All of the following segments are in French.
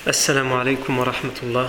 السلام عليكم ورحمة الله.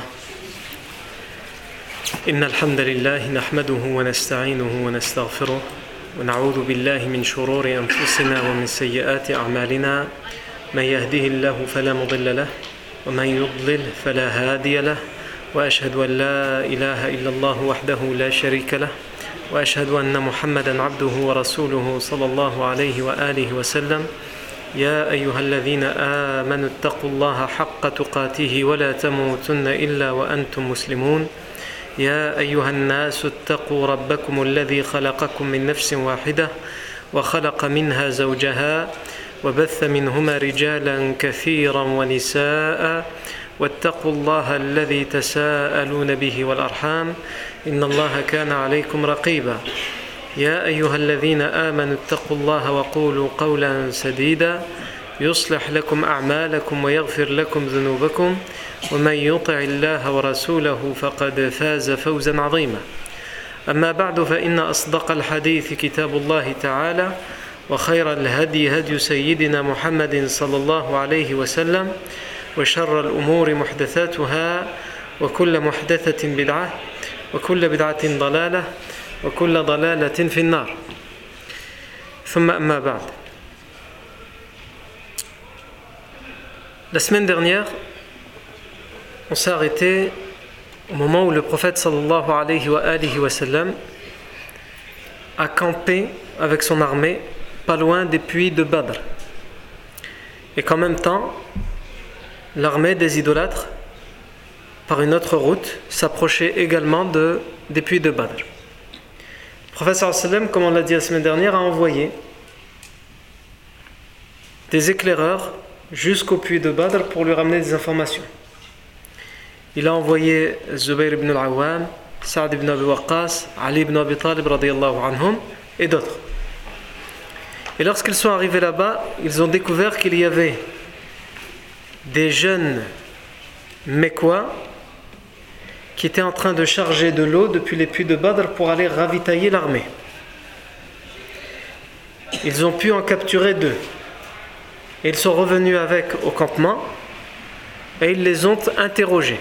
إن الحمد لله نحمده ونستعينه ونستغفره ونعوذ بالله من شرور أنفسنا ومن سيئات أعمالنا. من يهده الله فلا مضل له ومن يضلل فلا هادي له وأشهد أن لا إله إلا الله وحده لا شريك له وأشهد أن محمدا عبده ورسوله صلى الله عليه وآله وسلم. يا أيها الذين آمنوا اتقوا الله حق تقاته ولا تموتن إلا وأنتم مسلمون. يا أيها الناس اتقوا ربكم الذي خلقكم من نفس واحدة وخلق منها زوجها وبث منهما رجالا كثيرا ونساء واتقوا الله الذي تساءلون به والأرحام إن الله كان عليكم رقيبا. يا أيها الذين آمنوا اتقوا الله وقولوا قولا سديدا يصلح لكم أعمالكم ويغفر لكم ذنوبكم ومن يطع الله ورسوله فقد فاز فوزا عظيما. أما بعد فإن أصدق الحديث كتاب الله تعالى وخير الهدي هدي سيدنا محمد صلى الله عليه وسلم وشر الأمور محدثاتها وكل محدثة بدعة وكل بدعة ضلالة وكل ضلالة في النار. ثم أما بعد. La semaine dernière, on s'est arrêté au moment où le prophète sallallahu alayhi wa sallam a campé avec son armée pas loin des puits de Badr, et qu'en même temps l'armée des idolâtres par une autre route s'approchait également des puits de Badr. Le prophète sallallahu alayhi wa sallam, comme on l'a dit la semaine dernière, a envoyé des éclaireurs jusqu'au puits de Badr pour lui ramener des informations. Il a envoyé Zubayr ibn al-Awwam, Sa'd ibn Abi Waqqas, Ali ibn Abi Talib radiyallahu anhum et d'autres. Et lorsqu'ils sont arrivés là-bas, ils ont découvert qu'il y avait des jeunes Mécois qui étaient en train de charger de l'eau depuis les puits de Badr pour aller ravitailler l'armée. Ils ont pu en capturer 2. Et ils sont revenus avec au campement et ils les ont interrogés.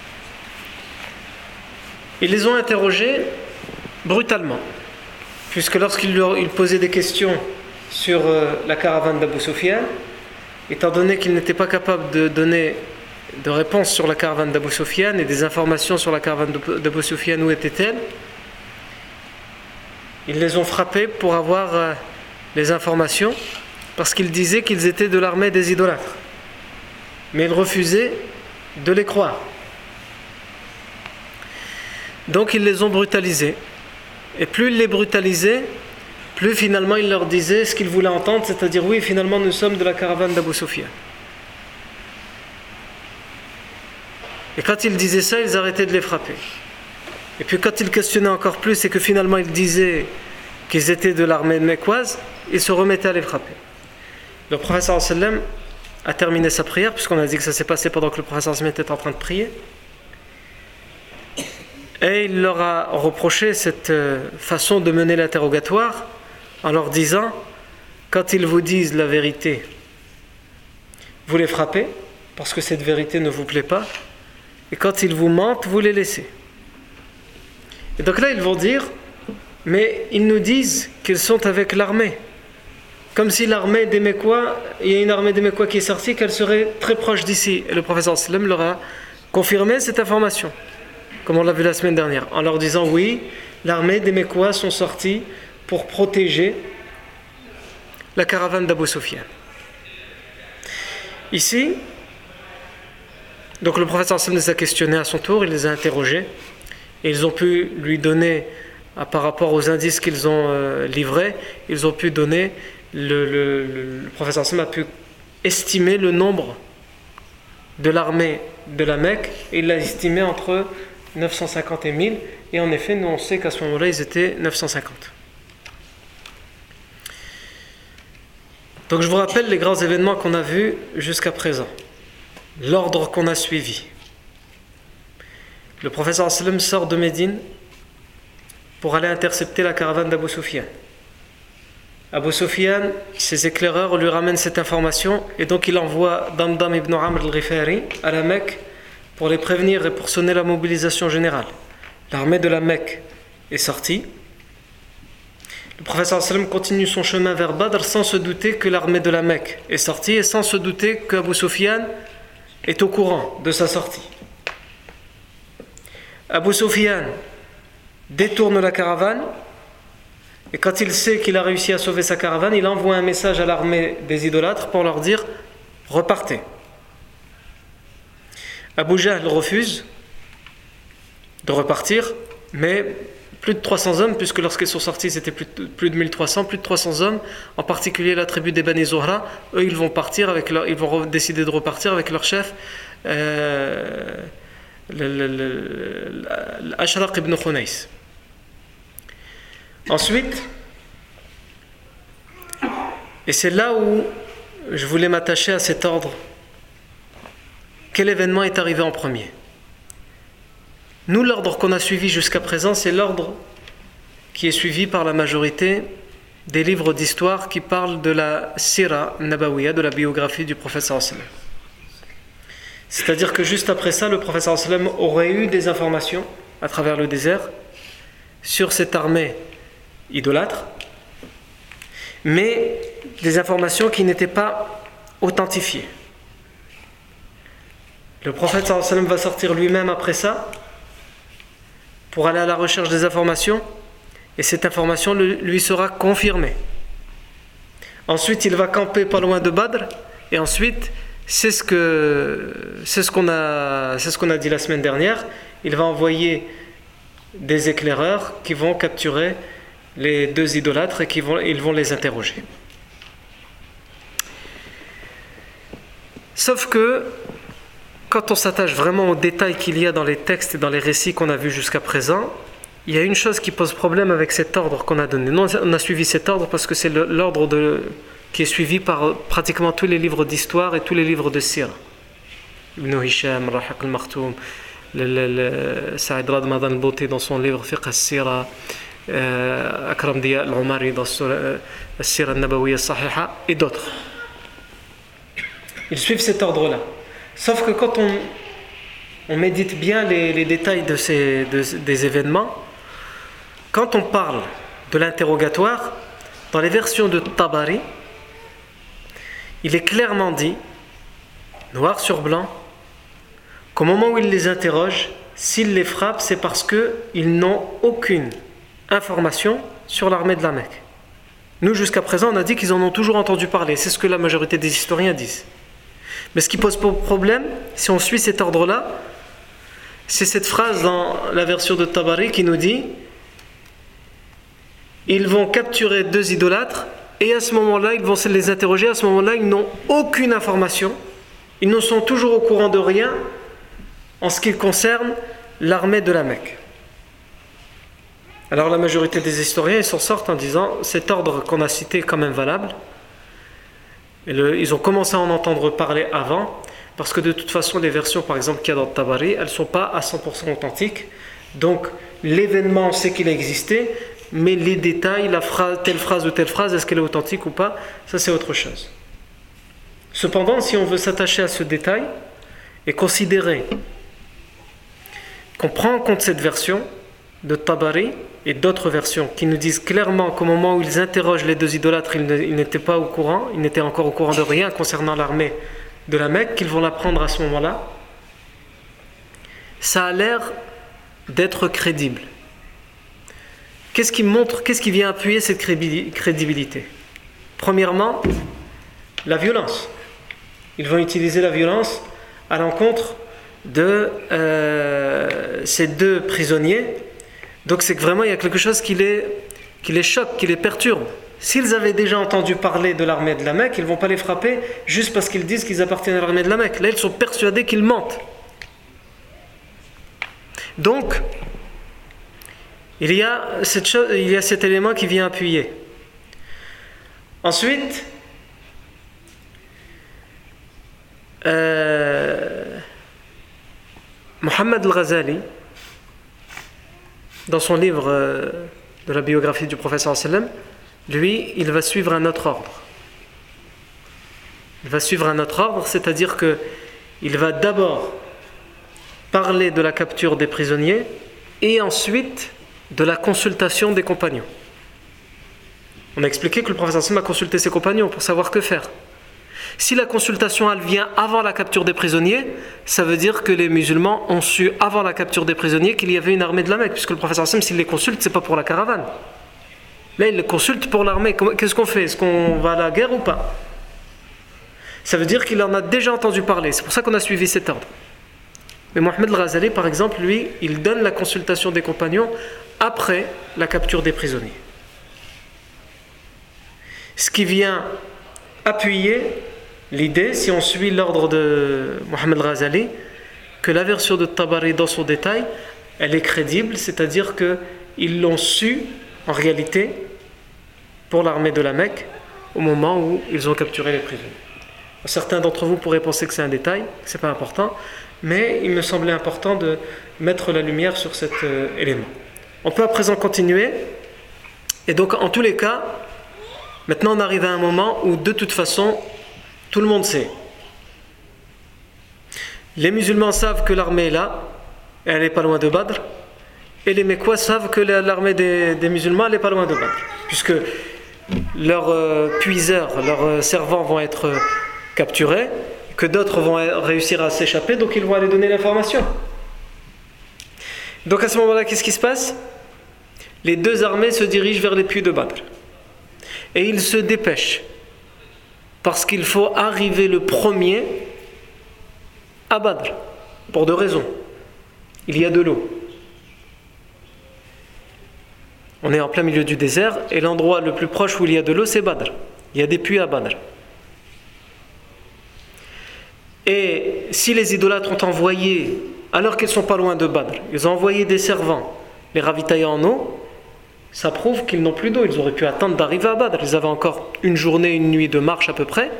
Ils les ont interrogés brutalement, puisque lorsqu'ils posaient des questions sur la caravane d'Abu Sufyan, étant donné qu'ils n'étaient pas capables de donner de réponses sur la caravane d'Abu Sufyan et des informations sur la caravane d'Abu Sufyan, où était-elle, ils les ont frappés pour avoir les informations, parce qu'ils disaient qu'ils étaient de l'armée des idolâtres, mais ils refusaient de les croire. Donc ils les ont brutalisés, et plus ils les brutalisaient, plus finalement ils leur disaient ce qu'ils voulaient entendre, c'est-à-dire oui, finalement nous sommes de la caravane d'Abu Sufyan. Et quand ils disaient ça, ils arrêtaient de les frapper. Et puis quand ils questionnaient encore plus et que finalement ils disaient qu'ils étaient de l'armée mécoise, ils se remettaient à les frapper. Le prophète sallallahu alayhi wa sallam a terminé sa prière, puisqu'on a dit que ça s'est passé pendant que le prophète sallallahu alayhi wa sallam était en train de prier. Et il leur a reproché cette façon de mener l'interrogatoire en leur disant: quand ils vous disent la vérité, vous les frappez parce que cette vérité ne vous plaît pas, et quand ils vous mentent, vous les laissez. Et donc là ils vont dire: mais ils nous disent qu'ils sont avec l'armée, comme si l'armée des Mécois, il y a une armée des Mécois qui est sortie, qu'elle serait très proche d'ici. Et le prophète sallallahu alayhi wa sallam leur a confirmé cette information, comme on l'a vu la semaine dernière, en leur disant: oui, l'armée des Mécois sont sortis pour protéger la caravane d'Abu Sufyan. Ici, donc le prophète sallallahu alayhi wa sallam les a questionnés à son tour, il les a interrogés, et ils ont pu lui donner, par rapport aux indices qu'ils ont livrés, ils ont pu donner, le prophète sallallahu alayhi wa sallam a pu estimer le nombre de l'armée de la Mecque, et il l'a estimé entre 950 et 1000, et en effet, nous on sait qu'à ce moment-là, ils étaient 950. Donc je vous rappelle les grands événements qu'on a vus jusqu'à présent, l'ordre qu'on a suivi. Le prophète sallallahu alayhi wa sallam sort de Médine pour aller intercepter la caravane d'Abu Sufyan. Abu Sufyan, ses éclaireurs lui ramènent cette information et donc il envoie Damdam ibn Amr al-Ghifari à la Mecque pour les prévenir et pour sonner la mobilisation générale. L'armée de la Mecque est sortie. Le prophète sallallahu alayhi wa sallam continue son chemin vers Badr sans se douter que l'armée de la Mecque est sortie et sans se douter qu'Abu Sufyan est au courant de sa sortie. Abu Sufyan détourne la caravane et quand il sait qu'il a réussi à sauver sa caravane, il envoie un message à l'armée des idolâtres pour leur dire « Repartez ». Abu Jahl refuse de repartir, mais plus de 300 hommes, puisque lorsqu'ils sont sortis c'était plus de 1300, plus de 300 hommes, en particulier la tribu des Bani Zuhra, eux ils vont décider de repartir avec leur chef l'Ashraq ibn Khunais. Ensuite, et c'est là où je voulais m'attacher à cet ordre, quel événement est arrivé en premier? Nous, l'ordre qu'on a suivi jusqu'à présent, c'est l'ordre qui est suivi par la majorité des livres d'histoire qui parlent de la Sira Nabawiya, de la biographie du prophète sallallahu alayhi wa sallam. C'est-à-dire que juste après ça, le prophète sallallahu alayhi wa sallam aurait eu des informations à travers le désert sur cette armée idolâtre, mais des informations qui n'étaient pas authentifiées. Le prophète sallallahu alayhi wa sallam va sortir lui-même après ça pour aller à la recherche des informations et cette information lui sera confirmée. Ensuite, il va camper pas loin de Badr et ensuite, c'est ce qu'on a dit la semaine dernière, il va envoyer des éclaireurs qui vont capturer les deux idolâtres et ils vont les interroger. Sauf que quand on s'attache vraiment aux détails qu'il y a dans les textes et dans les récits qu'on a vus jusqu'à présent, il y a une chose qui pose problème avec cet ordre qu'on a donné. Nous, on a suivi cet ordre parce que c'est l'ordre qui est suivi par pratiquement tous les livres d'histoire et tous les livres de Sira. Ibn Hisham, Rahaq al-Makhtoum, Saïd Radmadan al-Bouti dans son livre Fiqh al-Sira, Akram Diya al-Umari dans Sira al-Nabawiyya al-Sahiha et d'autres. Ils suivent cet ordre-là. Sauf que quand on médite bien les détails des événements, quand on parle de l'interrogatoire, dans les versions de Tabari, il est clairement dit, noir sur blanc, qu'au moment où il les interroge, s'il les frappe, c'est parce qu'ils n'ont aucune information sur l'armée de la Mecque. Nous, jusqu'à présent, on a dit qu'ils en ont toujours entendu parler. C'est ce que la majorité des historiens disent. Mais ce qui pose problème, si on suit cet ordre-là, c'est cette phrase dans la version de Tabari qui nous dit « Ils vont capturer deux idolâtres et à ce moment-là, ils vont les interroger. À ce moment-là, ils n'ont aucune information. Ils ne sont toujours au courant de rien en ce qui concerne l'armée de la Mecque. » Alors la majorité des historiens ils s'en sortent en disant « Cet ordre qu'on a cité est quand même valable. » Ils ont commencé à en entendre parler avant, parce que de toute façon, les versions, par exemple, qu'il y a dans Tabari, elles ne sont pas à 100% authentiques. Donc, l'événement, on sait qu'il a existé, mais les détails, telle phrase ou telle phrase, est-ce qu'elle est authentique ou pas, ça c'est autre chose. Cependant, si on veut s'attacher à ce détail et considérer qu'on prend en compte cette version de Tabari et d'autres versions qui nous disent clairement qu'au moment où ils interrogent les deux idolâtres, ils n'étaient pas au courant, ils n'étaient encore au courant de rien concernant l'armée de la Mecque, qu'ils vont l'apprendre à ce moment-là, ça a l'air d'être crédible. Qu'est-ce qui vient appuyer cette crédibilité? Premièrement, la violence. Ils vont utiliser la violence à l'encontre de ces deux prisonniers. Donc c'est que vraiment il y a quelque chose qui les choque, qui les perturbe. S'ils avaient déjà entendu parler de l'armée de la Mecque, ils ne vont pas les frapper juste parce qu'ils disent qu'ils appartiennent à l'armée de la Mecque. Là, ils sont persuadés qu'ils mentent. Donc, il y a cet élément qui vient appuyer. Ensuite, Mohammed al-Ghazali, dans son livre de la biographie du prophète sallallahu alayhi wa sallam, lui, il va suivre un autre ordre. Il va suivre un autre ordre, c'est-à-dire qu'il va d'abord parler de la capture des prisonniers et ensuite de la consultation des compagnons. On a expliqué que le prophète sallallahu alayhi wa sallam a consulté ses compagnons pour savoir que faire. Si la consultation elle vient avant la capture des prisonniers, ça veut dire que les musulmans ont su avant la capture des prisonniers qu'il y avait une armée de la Mecque, puisque le prophète sallallahu alayhi wa sallam, s'il les consulte, c'est pas pour la caravane. Là, il les consulte pour l'armée. Qu'est-ce qu'on fait? Est-ce qu'on va à la guerre ou pas? Ça veut dire qu'il en a déjà entendu parler. C'est pour ça qu'on a suivi cet ordre. Mais Mohammed al-Ghazali, par exemple, lui, il donne la consultation des compagnons après la capture des prisonniers. Ce qui vient appuyer l'idée, si on suit l'ordre de Mohammed al-Ghazali, que la version de Tabari dans son détail, elle est crédible, c'est-à-dire qu'ils l'ont su, en réalité, pour l'armée de la Mecque, au moment où ils ont capturé les prisonniers. Certains d'entre vous pourraient penser que c'est un détail, que ce n'est pas important, mais il me semblait important de mettre la lumière sur cet élément. On peut à présent continuer, et donc en tous les cas, maintenant on arrive à un moment où de toute façon, tout le monde sait. Les musulmans savent que l'armée est là, elle n'est pas loin de Badr, et les Mécois savent que l'armée des musulmans elle n'est pas loin de Badr, puisque leurs puiseurs, leurs servants vont être capturés, que d'autres vont réussir à s'échapper, donc ils vont aller donner l'information. Donc à ce moment-là, qu'est-ce qui se passe? Les deux armées se dirigent vers les puits de Badr. Et ils se dépêchent, parce qu'il faut arriver le premier à Badr, pour deux raisons. Il y a de l'eau. On est en plein milieu du désert, et l'endroit le plus proche où il y a de l'eau, c'est Badr. Il y a des puits à Badr. Et si les idolâtres ont envoyé, alors qu'ils ne sont pas loin de Badr, ils ont envoyé des servants les ravitailler en eau, ça prouve qu'ils n'ont plus d'eau. Ils auraient pu attendre d'arriver à Badr. Ils avaient encore une journée, une nuit de marche à peu près.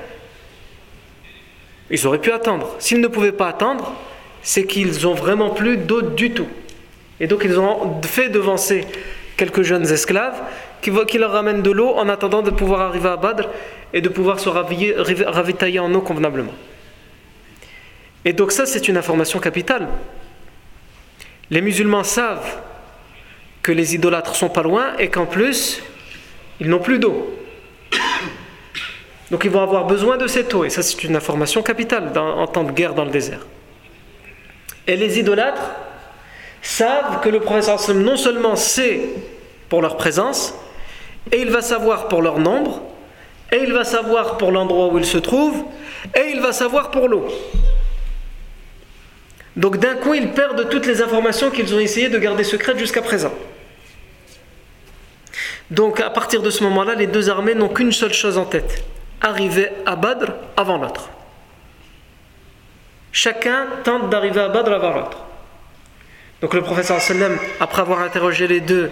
Ils auraient pu attendre. S'ils ne pouvaient pas attendre, c'est qu'ils n'ont vraiment plus d'eau du tout. Et donc ils ont fait devancer quelques jeunes esclaves qui leur ramènent de l'eau en attendant de pouvoir arriver à Badr et de pouvoir se ravitailler en eau convenablement. Et donc ça, c'est une information capitale. Les musulmans savent que les idolâtres sont pas loin et qu'en plus, ils n'ont plus d'eau. Donc ils vont avoir besoin de cette eau. Et ça, c'est une information capitale en temps de guerre dans le désert. Et les idolâtres savent que le prophète sallallahu alayhi wa sallam non seulement sait pour leur présence, et il va savoir pour leur nombre, et il va savoir pour l'endroit où ils se trouvent, et il va savoir pour l'eau. Donc d'un coup, ils perdent toutes les informations qu'ils ont essayé de garder secrètes jusqu'à présent. Donc à partir de ce moment-là, les deux armées n'ont qu'une seule chose en tête: arriver à Badr avant l'autre. Chacun tente d'arriver à Badr avant l'autre. Donc le prophète sallallahu alayhi wa sallam, après avoir interrogé les deux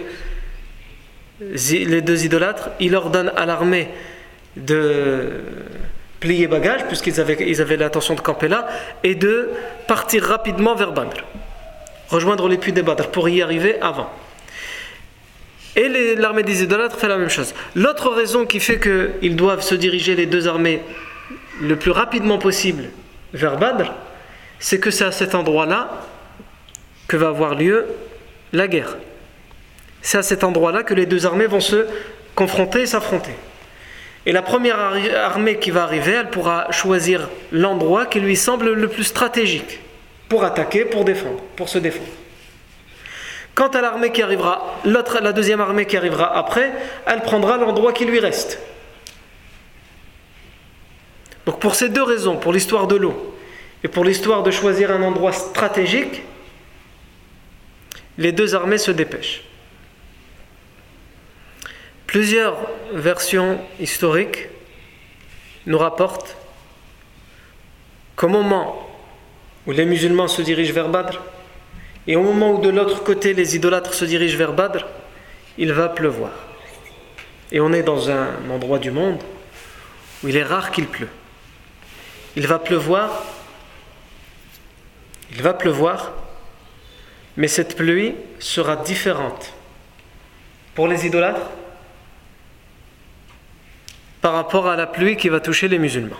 idolâtres, il ordonne à l'armée de plier bagages, puisqu'ils avaient l'intention de camper là, et de partir rapidement vers Badr, rejoindre les puits de Badr pour y arriver avant. Et l'armée des idolâtres fait la même chose. L'autre raison qui fait qu'ils doivent se diriger, les deux armées, le plus rapidement possible vers Badr, c'est que c'est à cet endroit-là que va avoir lieu la guerre. C'est à cet endroit-là que les deux armées vont se confronter et s'affronter. Et la première armée qui va arriver, elle pourra choisir l'endroit qui lui semble le plus stratégique pour attaquer, pour se défendre. Quant à l'armée qui arrivera, la deuxième armée qui arrivera après, elle prendra l'endroit qui lui reste. Donc pour ces deux raisons, pour l'histoire de l'eau et pour l'histoire de choisir un endroit stratégique, les deux armées se dépêchent. Plusieurs versions historiques nous rapportent qu'au moment où les musulmans se dirigent vers Badr, et au moment où de l'autre côté les idolâtres se dirigent vers Badr, il va pleuvoir. Et on est dans un endroit du monde où il est rare qu'il pleut. Il va pleuvoir, mais cette pluie sera différente pour les idolâtres par rapport à la pluie qui va toucher les musulmans.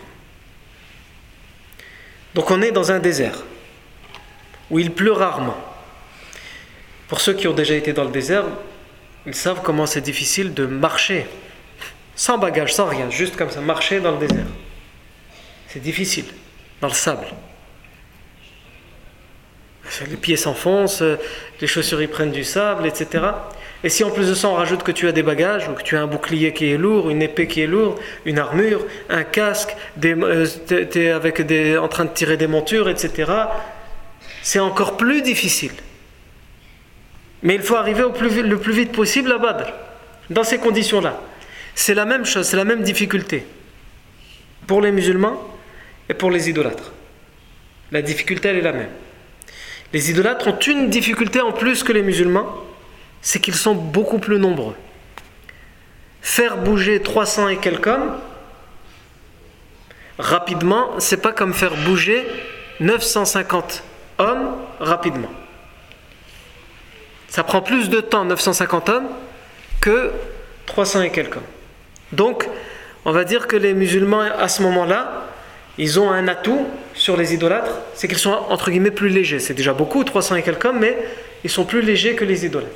Donc on est dans un désert où il pleut rarement. Pour ceux qui ont déjà été dans le désert, ils savent comment c'est difficile de marcher sans bagage, sans rien, juste comme ça, marcher dans le désert. C'est difficile, dans le sable. Les pieds s'enfoncent, les chaussures y prennent du sable, etc. Et si en plus de ça on rajoute que tu as des bagages, ou que tu as un bouclier qui est lourd, une épée qui est lourde, une armure, un casque, tu es en train de tirer des montures, etc., c'est encore plus difficile. Mais il faut arriver le plus vite possible à Badr, dans ces conditions-là. C'est la même chose, c'est la même difficulté pour les musulmans et pour les idolâtres. La difficulté, elle est la même. Les idolâtres ont une difficulté en plus que les musulmans, c'est qu'ils sont beaucoup plus nombreux. Faire bouger 300 et quelques hommes rapidement, c'est pas comme faire bouger 950 hommes rapidement. Ça prend plus de temps, 950 hommes, que 300 et quelques hommes. Donc, on va dire que les musulmans, à ce moment-là, ils ont un atout sur les idolâtres, c'est qu'ils sont entre guillemets plus légers. C'est déjà beaucoup, 300 et quelques hommes, mais ils sont plus légers que les idolâtres.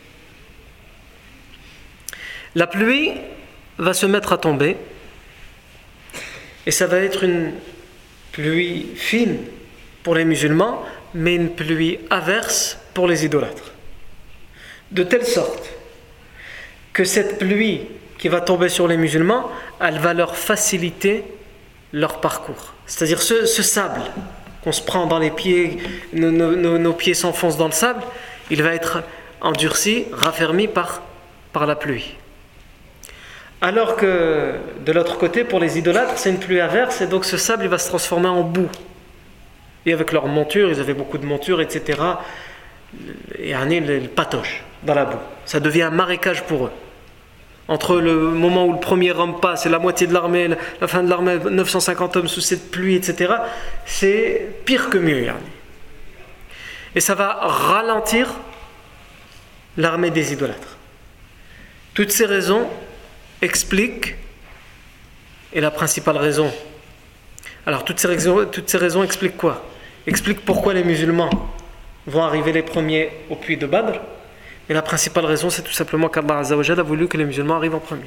La pluie va se mettre à tomber, et ça va être une pluie fine pour les musulmans, mais une pluie averse pour les idolâtres. De telle sorte que cette pluie qui va tomber sur les musulmans, elle va leur faciliter leur parcours. C'est-à-dire ce sable qu'on se prend dans les pieds, nos pieds s'enfoncent dans le sable, il va être endurci, raffermi par la pluie. Alors que de l'autre côté, pour les idolâtres, c'est une pluie averse, et donc ce sable il va se transformer en boue. Et avec leurs montures, ils avaient beaucoup de montures, etc. Et ils patauchent dans la boue. Ça devient un marécage pour eux. Entre le moment où le premier homme passe et la moitié de l'armée, la fin de l'armée, 950 hommes sous cette pluie, etc., c'est pire que mieux. Et ça va ralentir l'armée des idolâtres. Toutes ces raisons expliquent, et la principale raison, alors toutes ces raisons expliquent quoi? Expliquent pourquoi les musulmans vont arriver les premiers au puits de Badr. Et la principale raison, c'est tout simplement qu'Allah Azza wa Jal a voulu que les musulmans arrivent en premier.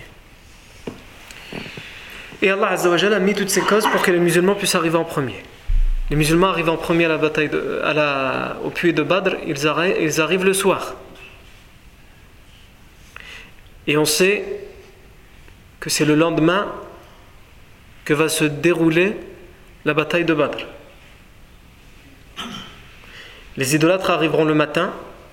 Et Allah Azza wa Jal a mis toutes ces causes pour que les musulmans puissent arriver en premier. Les musulmans arrivent en premier à la bataille au puits de Badr, ils arrivent le soir. Et on sait que c'est le lendemain que va se dérouler la bataille de Badr. Les idolâtres arriveront le matin,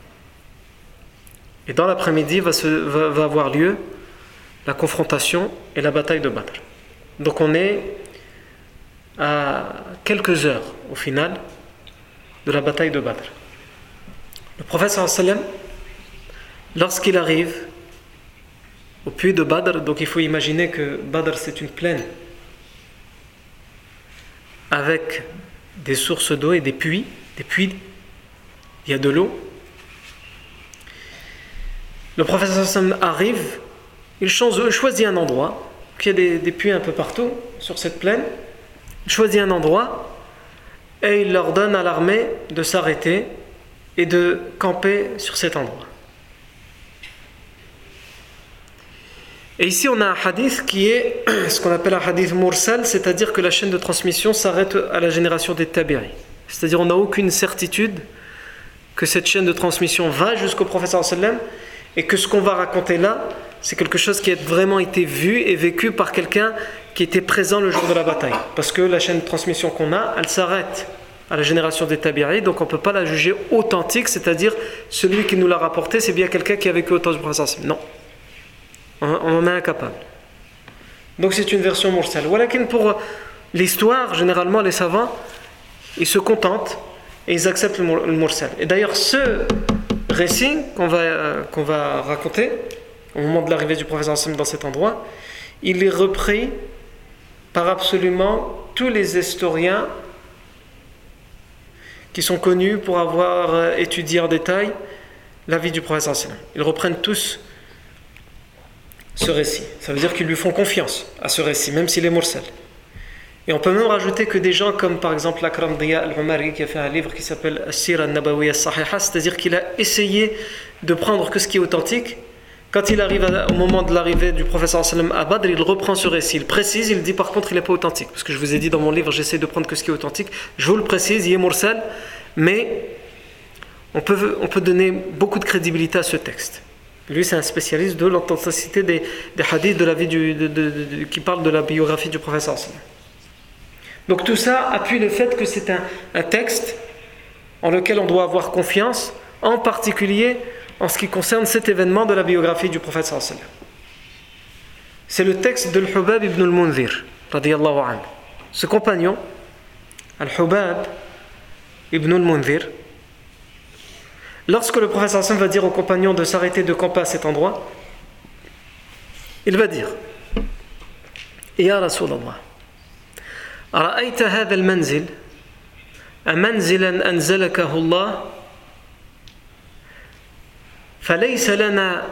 et dans l'après-midi va avoir lieu la confrontation et la bataille de Badr. Donc on est à quelques heures au final de la bataille de Badr. Le prophète sallallahu alayhi wa sallam, lorsqu'il arrive au puits de Badr, donc il faut imaginer que Badr c'est une plaine avec des sources d'eau et des puits, il y a de l'eau. Le prophète sallallahu alayhi wa sallam arrive, il choisit un endroit, il y a des puits un peu partout sur cette plaine, il choisit un endroit et il leur donne à l'armée de s'arrêter et de camper sur cet endroit. Et ici on a un hadith qui est ce qu'on appelle un hadith mursal, c'est-à-dire que la chaîne de transmission s'arrête à la génération des tabi'i. C'est-à-dire on n'a aucune certitude que cette chaîne de transmission va jusqu'au prophète sallallahu alayhi wa sallam, et que ce qu'on va raconter là, c'est quelque chose qui a vraiment été vu et vécu par quelqu'un qui était présent le jour de la bataille. Parce que la chaîne de transmission qu'on a, elle s'arrête à la génération des tabi'i, donc on ne peut pas la juger authentique, c'est-à-dire celui qui nous l'a rapporté, c'est bien quelqu'un qui a vécu au temps du prophète sallallahu alayhi wa sallam. Non, on en est incapable. Donc c'est une version mursal. Walakin pour l'histoire, généralement les savants, ils se contentent et ils acceptent le mursal. Et d'ailleurs ce récit qu'on va raconter au moment de l'arrivée du prophète sallallahu alayhi wa sallam dans cet endroit, il est repris par absolument tous les historiens qui sont connus pour avoir étudié en détail la vie du prophète sallallahu alayhi wa sallam. Ils reprennent tous ce récit. Ça veut dire qu'ils lui font confiance à ce récit, même s'il est mursal. Et on peut même rajouter que des gens comme par exemple l'Akram Diya al-Umari qui a fait un livre qui s'appelle As-Sira al-Nabawiyya as-Sahiha, c'est-à-dire qu'il a essayé de prendre que ce qui est authentique. Quand il arrive au moment de l'arrivée du prophète sallam à Badr, il reprend ce récit, il précise, il dit par contre il n'est pas authentique. Parce que je vous ai dit dans mon livre, j'essaie de prendre que ce qui est authentique. Je vous le précise, il est mursal, mais on peut donner beaucoup de crédibilité à ce texte. Lui, c'est un spécialiste de l'authenticité des hadiths de la vie qui parlent de la biographie du prophète sallam. Donc tout ça appuie le fait que c'est un texte en lequel on doit avoir confiance, en particulier en ce qui concerne cet événement de la biographie du prophète sallallahu alayhi wa sallam. C'est le texte de Al-Hubab ibn al-Mundhir radiyallahu anhu. Ce compagnon, Al-Hubab ibn al-Mundhir, lorsque le prophète sallallahu alayhi wa sallam va dire aux compagnons de s'arrêter de camper à cet endroit, il va dire: Ya Rasulallah, أرأيت هذا المنزل أمنزلا أنزلكه الله فليس لنا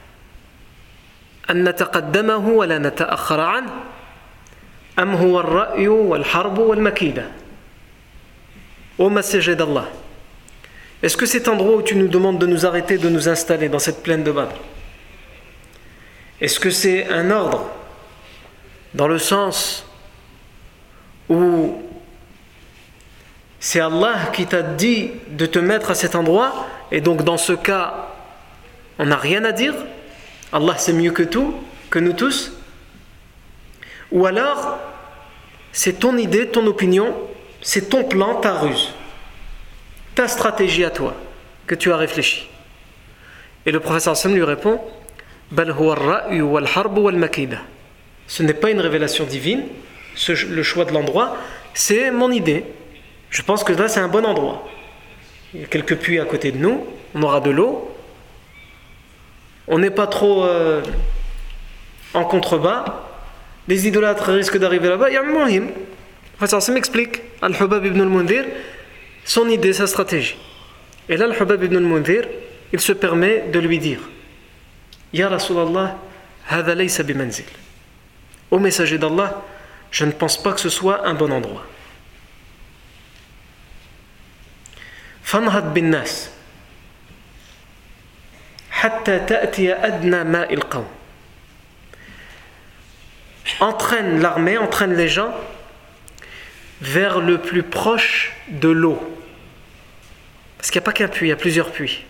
أن نتقدمه ولا نتأخر عنه أم هو الرأي والحرب والمكيدة Ô messager d'Allah, est-ce que cet endroit où tu nous demandes de nous arrêter, de nous installer dans cette plaine de Badr, est-ce que c'est un ordre dans le sens où c'est Allah qui t'a dit de te mettre à cet endroit, et donc dans ce cas on n'a rien à dire, Allah sait mieux que tout, que nous tous, ou alors c'est ton idée, ton opinion, c'est ton plan, ta ruse, ta stratégie à toi que tu as réfléchi. Et le prophète sallam lui répond: Bal huwa ar-ra'yu wal harbu wal makida. Ce n'est pas une révélation divine, le choix de l'endroit, c'est mon idée. Je pense que là c'est un bon endroit. Il y a quelques puits à côté de nous, on aura de l'eau, on n'est pas trop en contrebas, les idolâtres risquent d'arriver là-bas. Il y a un mohim. Ça m'explique, Al-Hubab ibn al-Mundhir, son idée, sa stratégie. Et là, Al-Hubab ibn al-Mundhir, il se permet de lui dire: Ya Rasulallah, hadha laysa bimanzil. Ô messager d'Allah, je ne pense pas que ce soit un bon endroit. Fanhad bin nas hatta ta'tiya adna ma'il qawm. Entraîne l'armée, entraîne les gens vers le plus proche de l'eau. Parce qu'il n'y a pas qu'un puits, il y a plusieurs puits.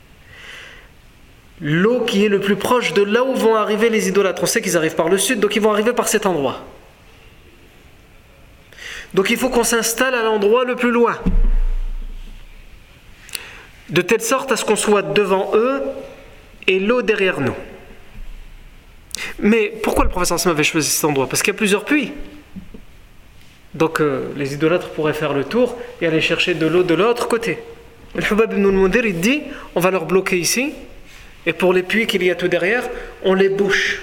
L'eau qui est le plus proche de là où vont arriver les idolâtres. On sait qu'ils arrivent par le sud, donc ils vont arriver par cet endroit. Donc il faut qu'on s'installe à l'endroit le plus loin, de telle sorte à ce qu'on soit devant eux et l'eau derrière nous. Mais pourquoi le prophète avait choisi cet endroit? Parce qu'il y a plusieurs puits. Donc les idolâtres pourraient faire le tour et aller chercher de l'eau de l'autre côté. Le Hubab ibn al-Mundhir, il dit: on va leur bloquer ici, et pour les puits qu'il y a tout derrière, on les bouche.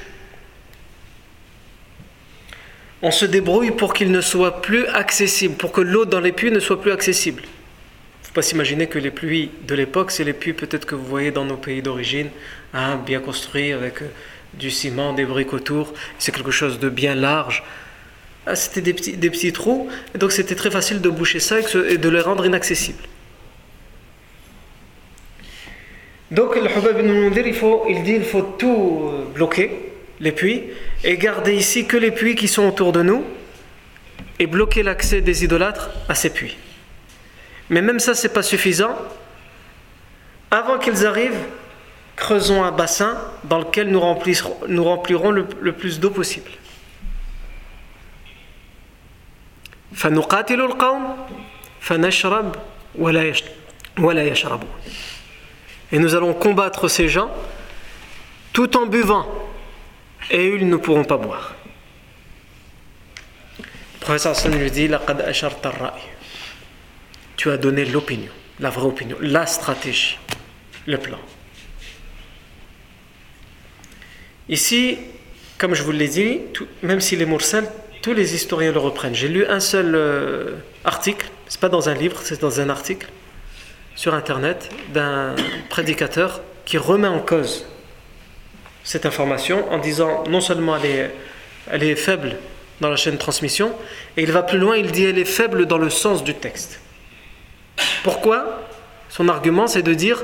On se débrouille pour qu'ils ne soient plus accessibles, pour que l'eau dans les puits ne soit plus accessible. Il ne faut pas s'imaginer que les puits de l'époque, c'est les puits peut-être que vous voyez dans nos pays d'origine, bien construits avec du ciment, des briques autour. C'est quelque chose de bien large. C'était des petits trous, et donc c'était très facile de boucher ça et de les rendre inaccessibles. Donc le Hubab ibn al-Mundhir, il faut tout bloquer, les puits, et garder ici que les puits qui sont autour de nous, et bloquer l'accès des idolâtres à ces puits. Mais même ça, c'est pas suffisant. Avant qu'ils arrivent, creusons un bassin dans lequel nous remplirons le plus d'eau possible. فنقاتل القوم فنشرب ولا يشربون. Et nous allons combattre ces gens tout en buvant, et ils ne pourront pas boire. Le professeur Hassan lui dit: لقد أشرت الرأي. Tu as donné l'opinion, la vraie opinion, la stratégie, le plan. Ici, comme je vous l'ai dit, même s'il est mursal, tous les historiens le reprennent. J'ai lu un seul article, c'est pas dans un livre, c'est dans un article sur internet d'un prédicateur qui remet en cause cette information en disant non seulement elle est faible dans la chaîne de transmission, et il va plus loin, il dit elle est faible dans le sens du texte. Pourquoi? Son argument, c'est de dire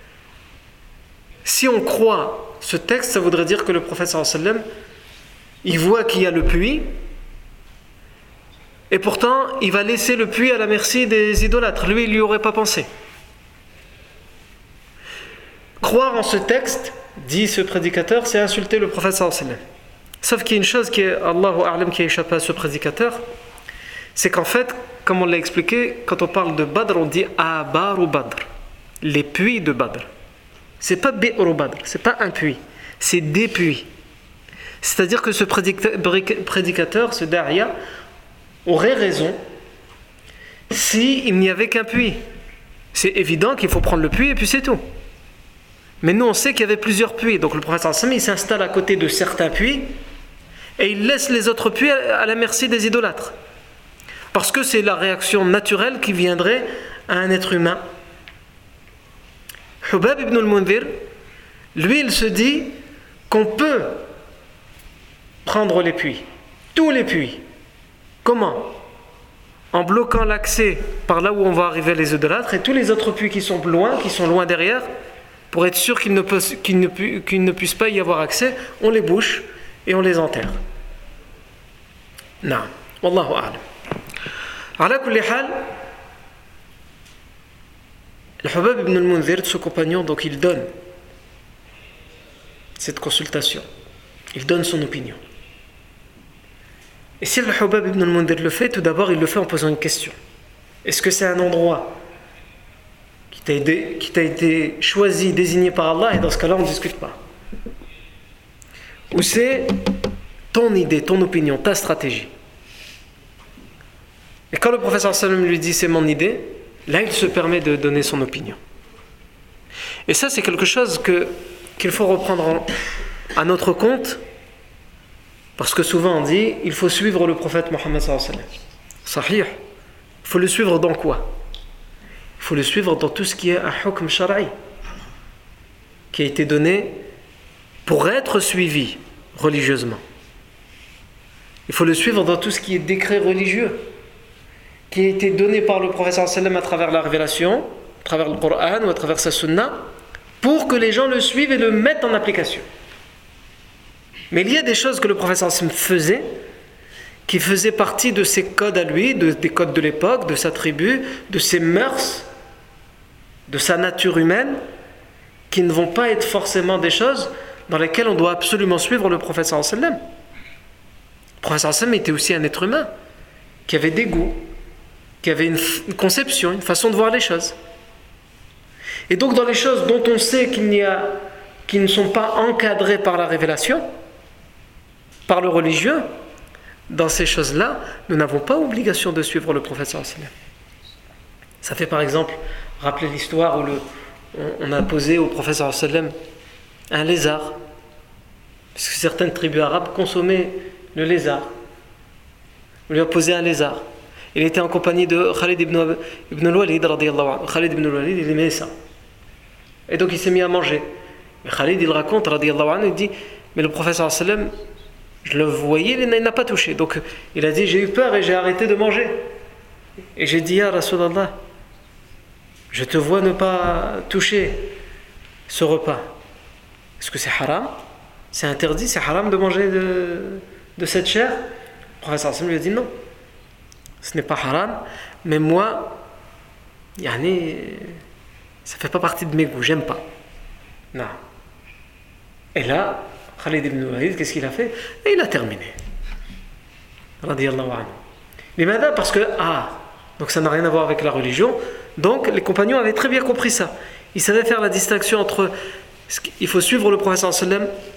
si on croit ce texte, ça voudrait dire que le prophète sallallahu alayhi wa sallam, il voit qu'il y a le puits, et pourtant il va laisser le puits à la merci des idolâtres. Lui, il n'y aurait pas pensé. Croire en ce texte, dit ce prédicateur, c'est insulter le prophète sallallahu alayhi wa sallam. Sauf qu'il y a une chose qui est, Allahu a'lam, qui a échappé à ce prédicateur, c'est qu'en fait, comme on l'a expliqué, quand on parle de Badr, on dit Abaru Badr, les puits de Badr. C'est pas Bi'ru Badr, c'est pas un puits, c'est des puits. C'est-à-dire que ce prédicateur, ce Da'iya, aurait raison s'il n'y avait qu'un puits. C'est évident qu'il faut prendre le puits et puis c'est tout. Mais nous on sait qu'il y avait plusieurs puits, donc le prophète sallallahu alayhi wa sallam, il s'installe à côté de certains puits et il laisse les autres puits à la merci des idolâtres. Parce que c'est la réaction naturelle qui viendrait à un être humain. Hubab ibn al-Mundhir, lui, il se dit qu'on peut prendre les puits, tous les puits. Comment? En bloquant l'accès par là où on va arriver les idolâtres, et tous les autres puits qui sont loin derrière, pour être sûr qu'il ne puisse pas y avoir accès, on les bouche et on les enterre. Non. Wallahu a'lam. Ala kulli hal, le Hubab ibn al-Mundhir, ce compagnon, donc il donne cette consultation. Il donne son opinion. Et si le Hubab ibn al-Mundhir le fait, tout d'abord il le fait en posant une question. Est-ce que c'est un endroit qui t'a été choisi, désigné par Allah, et dans ce cas-là on ne discute pas? Ou c'est ton idée, ton opinion, ta stratégie? Et quand le professeur sallam lui dit c'est mon idée, là il se permet de donner son opinion. Et ça c'est quelque chose qu'il faut reprendre à notre compte, parce que souvent on dit il faut suivre le prophète Mohammed sallallahu alayhi wa sallam. Sahih. Il faut le suivre dans quoi? Il faut le suivre dans tout ce qui est un hukm shar'i, qui a été donné pour être suivi religieusement. Il faut le suivre dans tout ce qui est décret religieux, qui a été donné par le prophète sallallahu alayhi wa sallam à travers la révélation, à travers le Coran ou à travers sa sunna, pour que les gens le suivent et le mettent en application. Mais il y a des choses que le prophète sallallahu alayhi wa sallam faisait, qui faisaient partie de ses codes à lui, des codes de l'époque, de sa tribu, de ses mœurs, de sa nature humaine, qui ne vont pas être forcément des choses dans lesquelles on doit absolument suivre le prophète sallallahu alayhi wa sallam. Le prophète sallallahu alayhi wa sallam était aussi un être humain, qui avait des goûts, qui avait une conception, une façon de voir les choses. Et donc dans les choses dont on sait qui ne sont pas encadrées par la révélation, par le religieux, dans ces choses-là, nous n'avons pas obligation de suivre le prophète sallallahu alayhi wa sallam. Ça fait par exemple rappeler l'histoire où on a posé au prophète sallallahu alayhi wa sallam un lézard, parce que certaines tribus arabes consommaient le lézard. On lui a posé un lézard. Il était en compagnie de Khalid ibn al-Walid radiyallahu anhu. Khalid ibn al-Walid, il aimait ça. Et donc il s'est mis à manger. Et Khalid, il raconte radiyallahu anhu, il dit mais le prophète sallallahu alayhi wa sallam, je le voyais, il n'a pas touché. Donc il a dit j'ai eu peur et j'ai arrêté de manger. Et j'ai dit ya Rasulallah, je te vois ne pas toucher ce repas. Est-ce que c'est haram? C'est interdit, c'est haram de manger de cette chair? Le prophète sallallahu alayhi wa sallam lui a dit non, ce n'est pas haram, mais moi, ça fait pas partie de mes goûts, j'aime pas. Non. Et là, Khalid ibn Walid, qu'est-ce qu'il a fait? Et il a terminé. Radiyallahu anhu. Limada, parce que, donc ça n'a rien à voir avec la religion. Donc les compagnons avaient très bien compris ça. Ils savaient faire la distinction entre il faut suivre le prophète sallallahu alayhi wa sallam,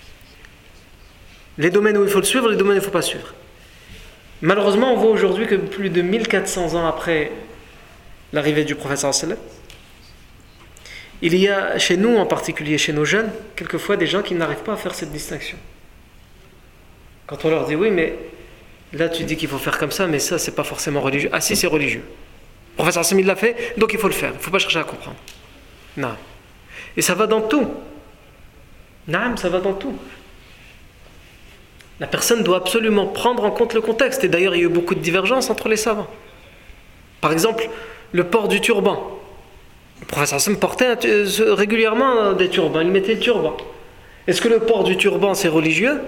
les domaines où il faut le suivre, les domaines où il ne faut pas suivre. Malheureusement, on voit aujourd'hui que plus de 1400 ans après l'arrivée du prophète sallallahu alayhi wa sallam, il y a chez nous, en particulier chez nos jeunes, quelquefois des gens qui n'arrivent pas à faire cette distinction. Quand on leur dit oui, mais là tu dis qu'il faut faire comme ça, mais ça c'est pas forcément religieux. Ah si, c'est religieux. Le prophète sallallahu alayhi wa sallam il l'a fait, donc il faut le faire. Il ne faut pas chercher à comprendre. Non. Et ça va dans tout. Naam, ça va dans tout. La personne doit absolument prendre en compte le contexte. Et d'ailleurs, il y a eu beaucoup de divergences entre les savants. Par exemple, le port du turban. Le professeur Hassan portait régulièrement des turbans. Il mettait le turban. Est-ce que le port du turban, c'est religieux?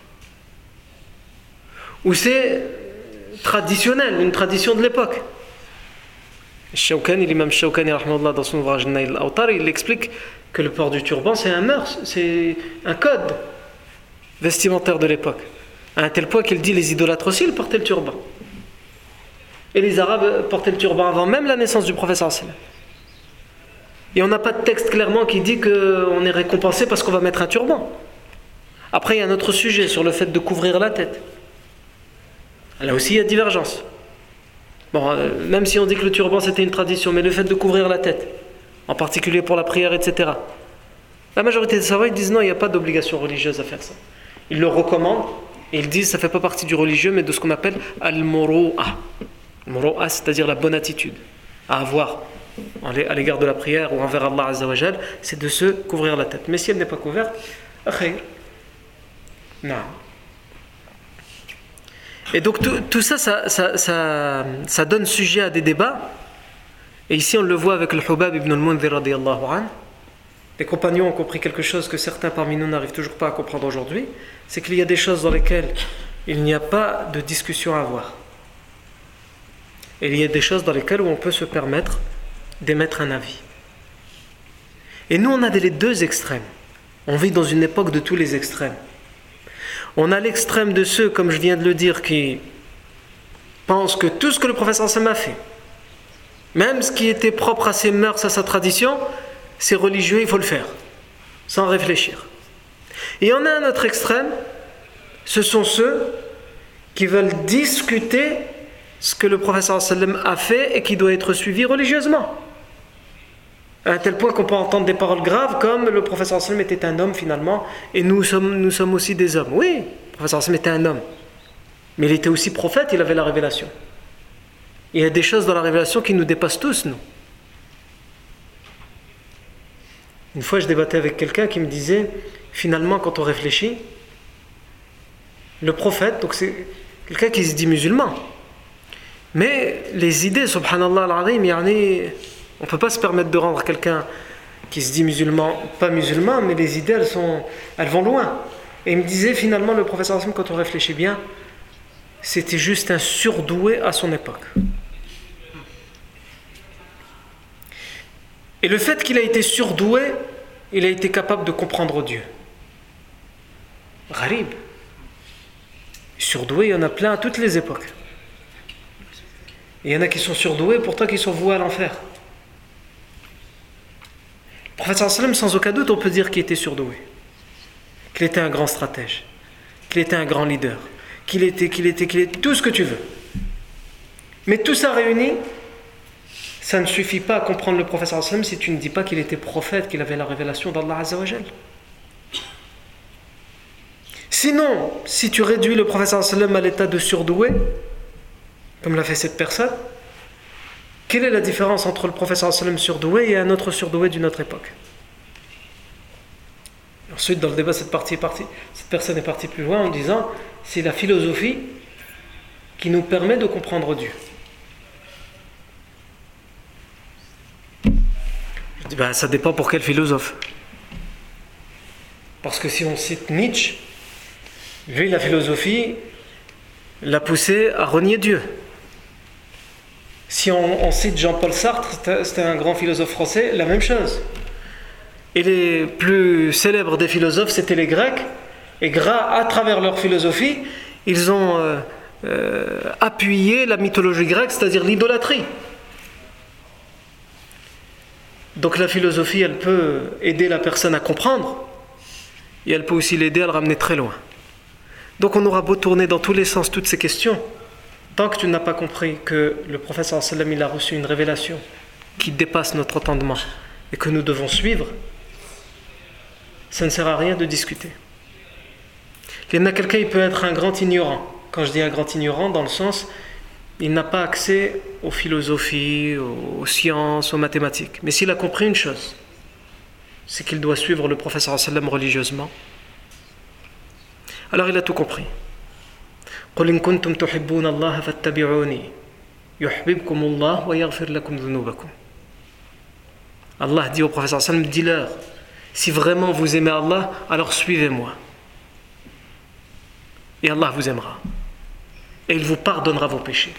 Ou c'est traditionnel, une tradition de l'époque? Shawkani, l'imam Shawkani, dans son ouvrage Nail al-Awtar, il explique que le port du turban, c'est un mœurs, c'est un code vestimentaire de l'époque. À un tel point qu'il dit les idolâtres aussi, ils portaient le turban. Et les Arabes portaient le turban avant même la naissance du prophète sallallahu alayhi wa sallam. Et on n'a pas de texte clairement qui dit qu'on est récompensé parce qu'on va mettre un turban. Après, il y a un autre sujet sur le fait de couvrir la tête. Là aussi, il y a divergence. Bon, même si on dit que le turban c'était une tradition, mais le fait de couvrir la tête, en particulier pour la prière, etc. La majorité des savants ils disent non, il n'y a pas d'obligation religieuse à faire ça. Ils le recommandent et ils disent que ça ne fait pas partie du religieux, mais de ce qu'on appelle al-muru'a. Al-muru'a, c'est-à-dire la bonne attitude à avoir à l'égard de la prière ou envers Allah Azza wa Jal, c'est de se couvrir la tête. Mais si elle n'est pas couverte, khayr. Non. Et donc tout ça, ça donne sujet à des débats. Et ici on le voit avec le Hubab ibn al-Mundhir radiyallahu anhu. Les compagnons ont compris quelque chose que certains parmi nous n'arrivent toujours pas à comprendre aujourd'hui. C'est qu'il y a des choses dans lesquelles il n'y a pas de discussion à avoir. Et il y a des choses dans lesquelles où on peut se permettre d'émettre un avis. Et nous on a les deux extrêmes. On vit dans une époque de tous les extrêmes. On a l'extrême de ceux, comme je viens de le dire, qui pensent que tout ce que le professeur Sam a fait, même ce qui était propre à ses mœurs, à sa tradition, c'est religieux, il faut le faire, sans réfléchir. Et on a un autre extrême, ce sont ceux qui veulent discuter ce que le professeur Sallam a fait et qui doit être suivi religieusement. À un tel point qu'on peut entendre des paroles graves comme le professeur Sallam était un homme finalement et nous sommes aussi des hommes. Oui, le professeur Sallam était un homme, mais il était aussi prophète, il avait la révélation. Il y a des choses dans la révélation qui nous dépassent tous, nous. Une fois je débattais avec quelqu'un qui me disait finalement quand on réfléchit, le prophète, donc c'est quelqu'un qui se dit musulman, mais les idées, subhanallah al-azim, on ne peut pas se permettre de rendre quelqu'un qui se dit musulman, pas musulman, mais les idées, elles vont loin. Et il me disait finalement, le professeur Hassan, quand on réfléchit bien, c'était juste un surdoué à son époque. Et le fait qu'il a été surdoué, il a été capable de comprendre Dieu. Gharib. Surdoué, il y en a plein à toutes les époques. Et il y en a qui sont surdoués, pourtant qui sont voués à l'enfer. Le prophète sallam, sans aucun doute, on peut dire qu'il était surdoué, qu'il était un grand stratège, qu'il était un grand leader, qu'il était tout ce que tu veux. Mais tout ça réuni, ça ne suffit pas à comprendre le prophète sallam si tu ne dis pas qu'il était prophète, qu'il avait la révélation d'Allah Azza wa Jal. Sinon, si tu réduis le prophète sallam à l'état de surdoué, comme l'a fait cette personne, quelle est la différence entre le prophète sallam surdoué et un autre surdoué d'une autre époque? Ensuite, dans le débat, cette personne est partie plus loin en disant c'est la philosophie qui nous permet de comprendre Dieu. Je dis ça dépend pour quel philosophe. Parce que si on cite Nietzsche, lui, la philosophie l'a poussé à renier Dieu. Si on cite Jean-Paul Sartre, c'était un grand philosophe français, la même chose. Et les plus célèbres des philosophes, c'était les Grecs. Et à travers leur philosophie, ils ont appuyé la mythologie grecque, c'est-à-dire l'idolâtrie. Donc la philosophie, elle peut aider la personne à comprendre, et elle peut aussi l'aider à le ramener très loin. Donc on aura beau tourner dans tous les sens toutes ces questions, tant que tu n'as pas compris que le prophète sallallahu alayhi wa sallam, il a reçu une révélation qui dépasse notre entendement et que nous devons suivre, ça ne sert à rien de discuter. Il y en a quelqu'un, il peut être un grand ignorant. Quand je dis un grand ignorant, dans le sens, il n'a pas accès aux philosophies, aux sciences, aux mathématiques. Mais s'il a compris une chose, c'est qu'il doit suivre le prophète sallallahu alayhi wa sallam religieusement. Alors il a tout compris. قُلْ إِن كُنْتُمْ تُحِبُّونَ اللَّهَ فَاتَّبِعُونِي يُحْبِبْكُمُ اللَّهُ وَيَغْفِرْ لَكُمْ ذُنُوبَكُمْ. Allah dit au prophète sallallahu alayhi wa sallam, dis-leur, si vraiment vous aimez Allah, alors suivez-moi. Et Allah vous aimera. Et il vous pardonnera vos péchés.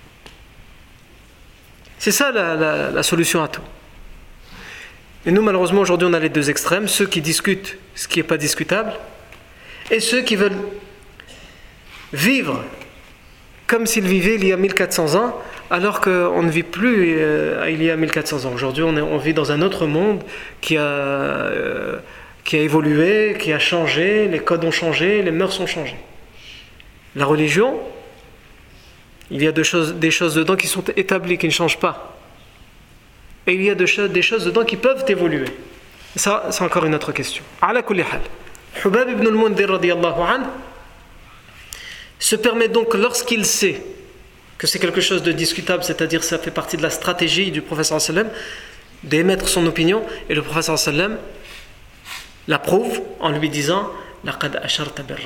C'est ça la solution à tout. Et nous, malheureusement, aujourd'hui, on a les deux extrêmes. Ceux qui discutent ce qui n'est pas discutable et ceux qui veulent vivre comme s'ils vivaient il y a 1400 ans, alors qu'on ne vit plus il y a 1400 ans. Aujourd'hui, on vit dans un autre monde qui a évolué, qui a changé, les codes ont changé, les mœurs ont changé. La religion, il y a des choses dedans qui sont établies, qui ne changent pas. Et il y a des choses dedans qui peuvent évoluer. Ça, c'est encore une autre question. Ala kulli hal. Hubab ibn al-Mundhir radiyallahu anhu se permet donc, lorsqu'il sait que c'est quelque chose de discutable, c'est-à-dire ça fait partie de la stratégie du prophète sallallahu alayhi wa sallam, d'émettre son opinion, et le prophète sallallahu alayhi wa sallam l'approuve en lui disant « Laqad asharta bir-ra'i »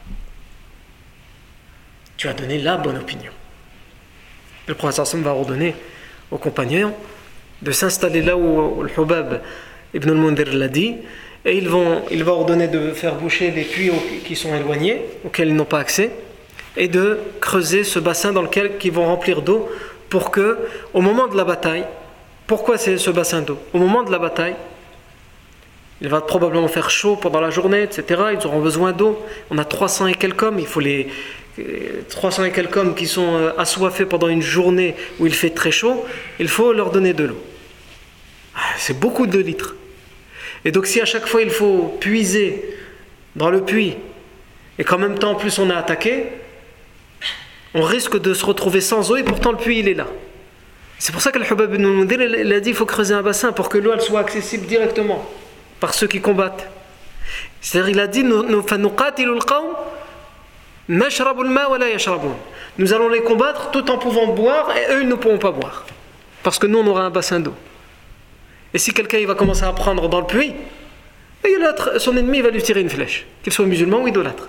tu as donné la bonne opinion. Le prophète sallallahu alayhi wa sallam va ordonner aux compagnons de s'installer là où le Hubab ibn al-Mundhir l'a dit, et il va ordonner de faire boucher les puits qui sont éloignés, auxquels ils n'ont pas accès, et de creuser ce bassin dans lequel ils vont remplir d'eau pour que, au moment de la bataille, pourquoi c'est ce bassin d'eau? Au moment de la bataille, il va probablement faire chaud pendant la journée, etc. Ils auront besoin d'eau. On a 300 et quelques hommes, il faut les 300 et quelques hommes qui sont assoiffés pendant une journée où il fait très chaud, il faut leur donner de l'eau. C'est beaucoup de litres. Et donc si à chaque fois il faut puiser dans le puits et qu'en même temps en plus on a attaqué, on risque de se retrouver sans eau et pourtant le puits il est là. C'est pour ça que le Hubab ibn al-Mundhir il a dit il faut creuser un bassin pour que l'eau elle soit accessible directement par ceux qui combattent. C'est-à-dire il a dit nous allons les combattre tout en pouvant boire et eux ils ne pourront pas boire parce que nous on aura un bassin d'eau. Et si quelqu'un il va commencer à prendre dans le puits, son ennemi il va lui tirer une flèche, qu'il soit musulman ou idolâtre.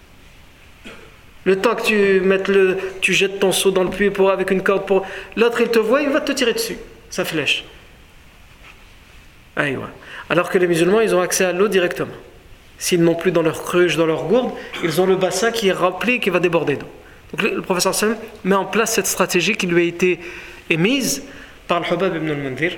Le temps que tu jettes ton seau dans le puits avec une corde, l'autre il te voit, il va te tirer dessus, sa flèche. Alors que les musulmans ils ont accès à l'eau directement. S'ils n'ont plus dans leur cruche, dans leur gourde, ils ont le bassin qui est rempli et qui va déborder d'eau. Donc le professeur Sallam met en place cette stratégie qui lui a été émise par le Hubab ibn al-Mundhir.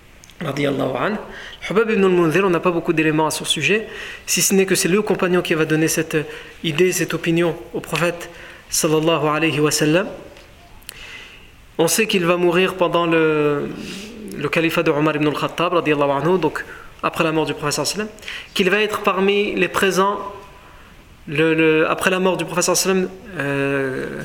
Hubab ibn al-Mundhir, on n'a pas beaucoup d'éléments à son sujet, si ce n'est que c'est le compagnon qui va donner cette idée, cette opinion au prophète sallallahu alayhi wa sallam. On sait qu'il va mourir pendant le califat de Omar ibn al-Khattab radiyallahu anhu, donc après la mort du prophète sallallahu alayhi wa sallam, qu'il va être parmi les présents après la mort du prophète sallallahu alayhi wa sallam,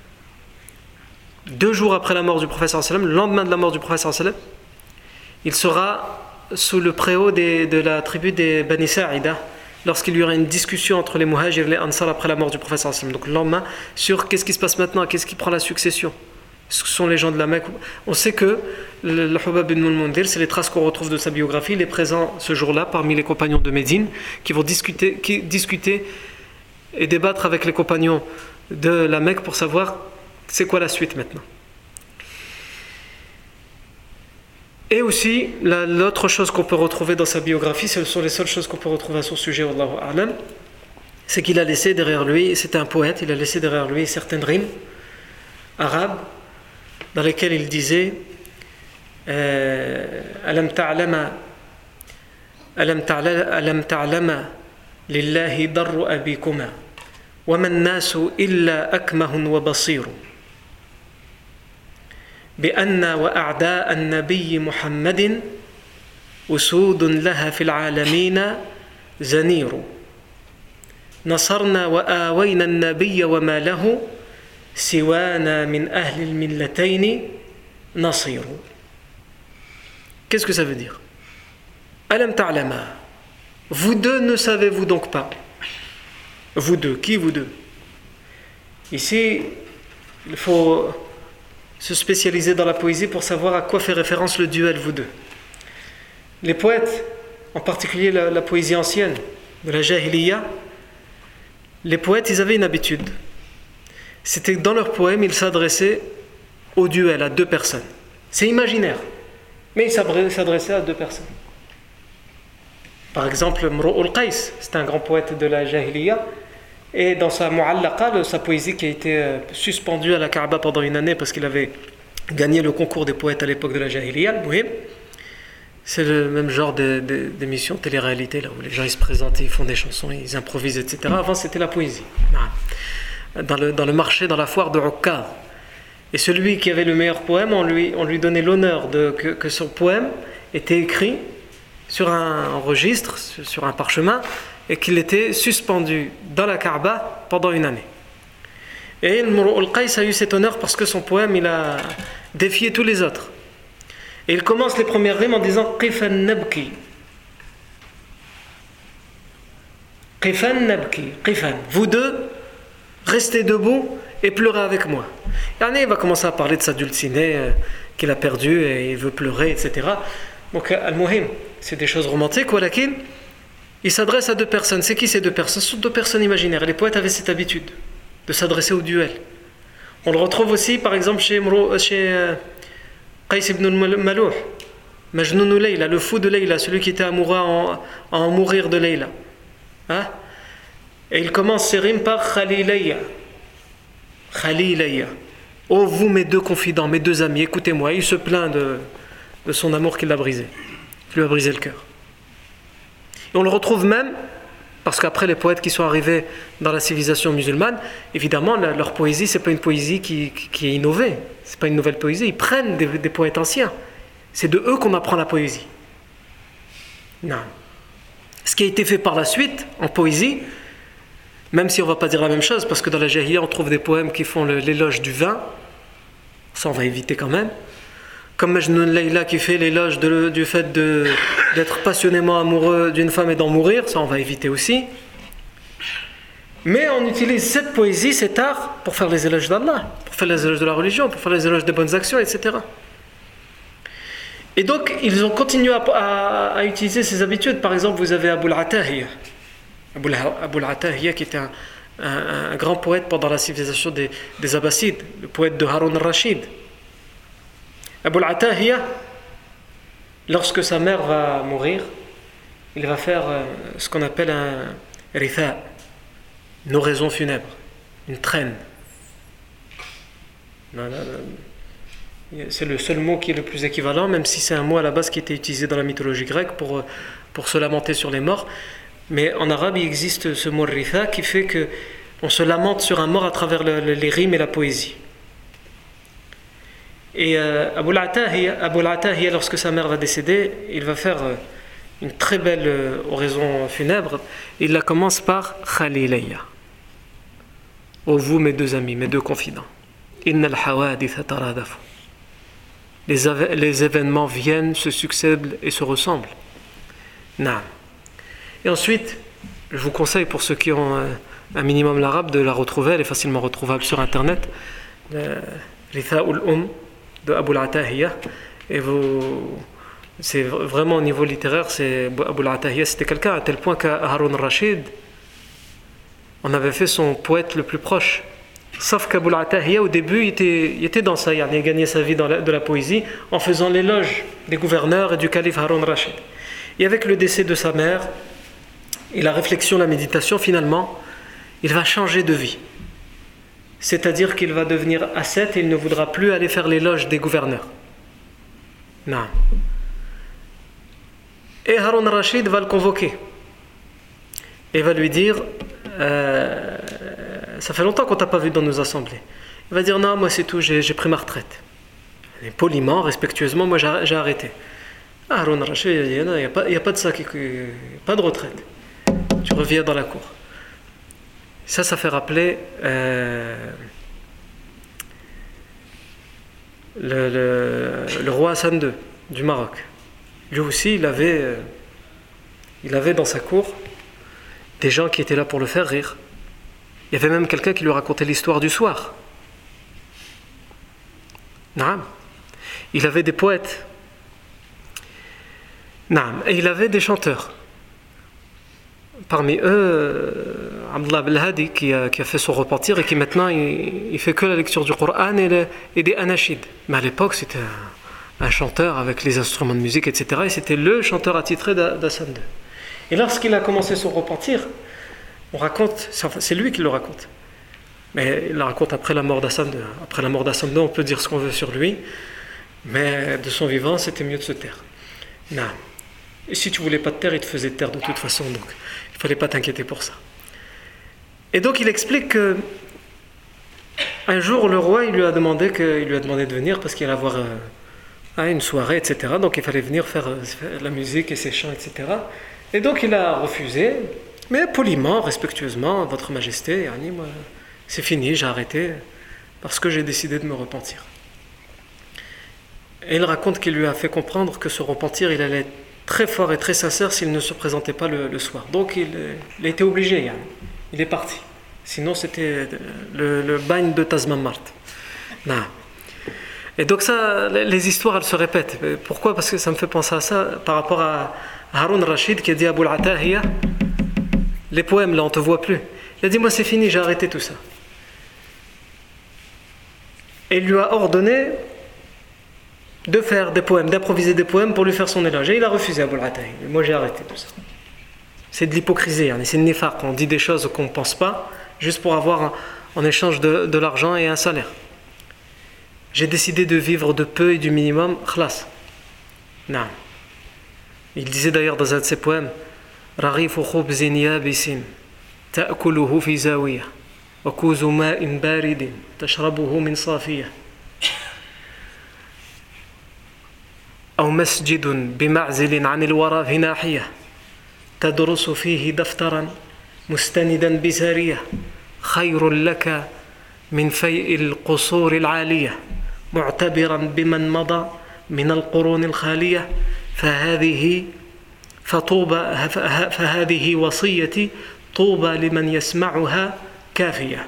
2 jours après la mort du prophète sallallahu alayhi wa sallam, le lendemain de la mort du prophète sallallahu alayhi wa sallam, il sera sous le préau de la tribu des Bani Sa'ida lorsqu'il y aura une discussion entre les Muhajir et les Ansar après la mort du prophète sallallahu alayhi wa sallam. Donc le lendemain, sur qu'est-ce qui se passe maintenant, qu'est-ce qui prend la succession. Ce sont les gens de la Mecque. On sait que le Hubab ibn al-Mundhir, c'est les traces qu'on retrouve de sa biographie, il est présent ce jour-là parmi les compagnons de Médine qui vont discuter et débattre avec les compagnons de la Mecque pour savoir c'est quoi la suite maintenant. Et aussi, l'autre chose qu'on peut retrouver dans sa biographie, ce sont les seules choses qu'on peut retrouver à son sujet, wallahu a'lam, c'est qu'il a laissé derrière lui, c'était un poète, il a laissé derrière lui certaines rimes arabes dans lesquelles il disait Alam ta'lama lillahi darru abikuma wa man nasu illa akmahun wa basiru بأن وأعداء النبي محمد أسود لها في العالمين زنير نصرنا وآوينا النبي وما له سوانا من أهل الملتين نصير. Qu'est-ce que ça veut dire? Alam ta'lama, vous deux ne savez-vous donc pas? Vous deux, qui vous deux? Ici, il faut se spécialiser dans la poésie pour savoir à quoi fait référence le duel vous deux. Les poètes, en particulier la poésie ancienne, de la Jahiliya, les poètes, ils avaient une habitude. C'était que dans leurs poèmes, ils s'adressaient au duel, à deux personnes. C'est imaginaire, mais ils s'adressaient à deux personnes. Par exemple, Mru'ul Qais, c'est un grand poète de la Jahiliya, et dans sa Mu'allaqa, sa poésie qui a été suspendue à la Kaaba pendant une année parce qu'il avait gagné le concours des poètes à l'époque de la Jahiliya, c'est le même genre d'émission télé-réalité, là où les gens ils se présentent, ils font des chansons, ils improvisent, etc. Avant, c'était la poésie. Dans le marché, dans la foire de Ukkad. Et celui qui avait le meilleur poème, on lui donnait l'honneur que son poème était écrit sur un registre, sur un parchemin, et qu'il était suspendu dans la Kaaba pendant une année. Et Mru'ul Qais a eu cet honneur parce que son poème, il a défié tous les autres. Et il commence les premières rimes en disant Qifan nabki. Qifan nabki. Qifan. Vous deux, restez debout et pleurez avec moi. Il va commencer à parler de sa dulcinée qu'il a perdue et il veut pleurer, etc. Donc, al-muhim, c'est des choses romantiques. Walakin, il s'adresse à deux personnes. C'est qui ces deux personnes? Ce sont deux personnes imaginaires. Les poètes avaient cette habitude de s'adresser au duel. On le retrouve aussi, par exemple, chez Qais ibn al-Malouh, Majnoun Layla, le fou de Layla, celui qui était amoureux à en mourir de Layla. Hein? Et il commence ses rimes par Khalilayya. Khalilayya. Oh vous mes deux confidents, mes deux amis, écoutez-moi. Il se plaint de son amour qui l'a brisé, qui lui a brisé le cœur. Et on le retrouve même, parce qu'après les poètes qui sont arrivés dans la civilisation musulmane, évidemment leur poésie, c'est pas une poésie qui est innovée, c'est pas une nouvelle poésie, ils prennent des poètes anciens. C'est de eux qu'on apprend la poésie. Non. Ce qui a été fait par la suite en poésie, même si on ne va pas dire la même chose, parce que dans la Jahiliya on trouve des poèmes qui font l'éloge du vin, ça on va éviter quand même. Comme Majnoun Layla qui fait l'éloge du fait d'être passionnément amoureux d'une femme et d'en mourir, ça on va éviter aussi. Mais on utilise cette poésie, cet art, pour faire les éloges d'Allah, pour faire les éloges de la religion, pour faire les éloges des bonnes actions, etc. Et donc, ils ont continué à utiliser ces habitudes. Par exemple, vous avez Abul Atahiya. Abul Atahiya qui était un grand poète pendant la civilisation des Abbassides, le poète de Haroun al-Rashid. Abul Atahiya, lorsque sa mère va mourir, il va faire ce qu'on appelle un ritha, une oraison funèbre, une traîne. C'est le seul mot qui est le plus équivalent, même si c'est un mot à la base qui était utilisé dans la mythologie grecque pour se lamenter sur les morts. Mais en arabe, il existe ce mot ritha qui fait qu'on se lamente sur un mort à travers les rimes et la poésie. Et Abul Atahiya, lorsque sa mère va décéder, il va faire une très belle oraison funèbre. Il la commence par Khalilayya. Ô vous mes deux amis, mes deux confidents. Inna al-hawaditha taradafu. Les événements viennent, se succèdent et se ressemblent. Naam. Et ensuite, je vous conseille pour ceux qui ont un minimum l'arabe de la retrouver, elle est facilement retrouvable sur internet. Ritha'ul de Abul Atahiya. Et c'est vraiment au niveau littéraire, Abul Atahiya c'était quelqu'un à tel point qu'à Haroun al-Rashid, on avait fait son poète le plus proche. Sauf qu'Abul Atahiya au début il était dans ça, il a gagné sa vie de la poésie en faisant l'éloge des gouverneurs et du calife Haroun al-Rashid. Et avec le décès de sa mère et la réflexion, la méditation, finalement il va changer de vie. C'est-à-dire qu'il va devenir ascète et il ne voudra plus aller faire l'éloge des gouverneurs. Non. Et Haroun al-Rashid va le convoquer et va lui dire ça fait longtemps qu'on t'a pas vu dans nos assemblées. Il va dire non, moi c'est tout, j'ai pris ma retraite. Et poliment, respectueusement, moi j'ai arrêté. Haroun al-Rashid il dit il n'y a pas de ça, pas de retraite. Tu reviens dans la cour. Ça fait rappeler le roi Hassan II du Maroc. Lui aussi, il avait dans sa cour des gens qui étaient là pour le faire rire. Il y avait même quelqu'un qui lui racontait l'histoire du soir. Naam. Il avait des poètes. Naam. Et il avait des chanteurs. Parmi eux, Abdullah Belhadi qui a fait son repentir et qui maintenant il fait que la lecture du Coran et des anachid. Mais à l'époque, c'était un chanteur avec les instruments de musique, etc. Et c'était le chanteur attitré d'Hassan II. Et lorsqu'il a commencé son repentir, on raconte, c'est lui qui le raconte. Mais il le raconte après la mort d'Hassan II. Après la mort d'Hassan II, on peut dire ce qu'on veut sur lui, mais de son vivant, c'était mieux de se taire. Non. Et si tu voulais pas te taire, il te faisait taire de toute façon, donc il fallait pas t'inquiéter pour ça. Et donc il explique que un jour le roi il lui a demandé de venir parce qu'il allait avoir une soirée, etc. Donc il fallait venir faire la musique et ses chants, etc. Et donc il a refusé, mais poliment, respectueusement, Votre Majesté, moi, c'est fini, j'ai arrêté parce que j'ai décidé de me repentir. Et il raconte qu'il lui a fait comprendre que ce repentir, il allait être très fort et très sincère s'il ne se présentait pas le soir. Donc il a été obligé, il est parti. Sinon c'était le bagne de Tazmamart. Non. Et donc ça, les histoires elles se répètent. Pourquoi? Parce que ça me fait penser à ça par rapport à Haroun Rachid qui a dit à Abul Atahiya, les poèmes là on te voit plus. Il a dit moi c'est fini, j'ai arrêté tout ça. Et il lui a ordonné de faire des poèmes, d'improviser des poèmes pour lui faire son éloge. Et il a refusé Abul Atahiya. Moi j'ai arrêté tout ça. C'est de l'hypocrisie, c'est une nifaq. On dit des choses qu'on ne pense pas juste pour avoir en échange de l'argent et un salaire. J'ai décidé de vivre de peu et du minimum, khlas. Non. Il disait d'ailleurs dans un de ses poèmes Raghifu khubzin yabisin ta'kuluhu fi zawiyah wa kuzu ma'in baridin tashrabuhu min safiyah أو مسجد بمعزل عن الورى في ناحية تدرس فيه دفترا مستندا بسارية خير لك من فيء القصور العالية معتبرا بمن مضى من القرون الخالية فهذه وصيتي طوبى لمن يسمعها كافية.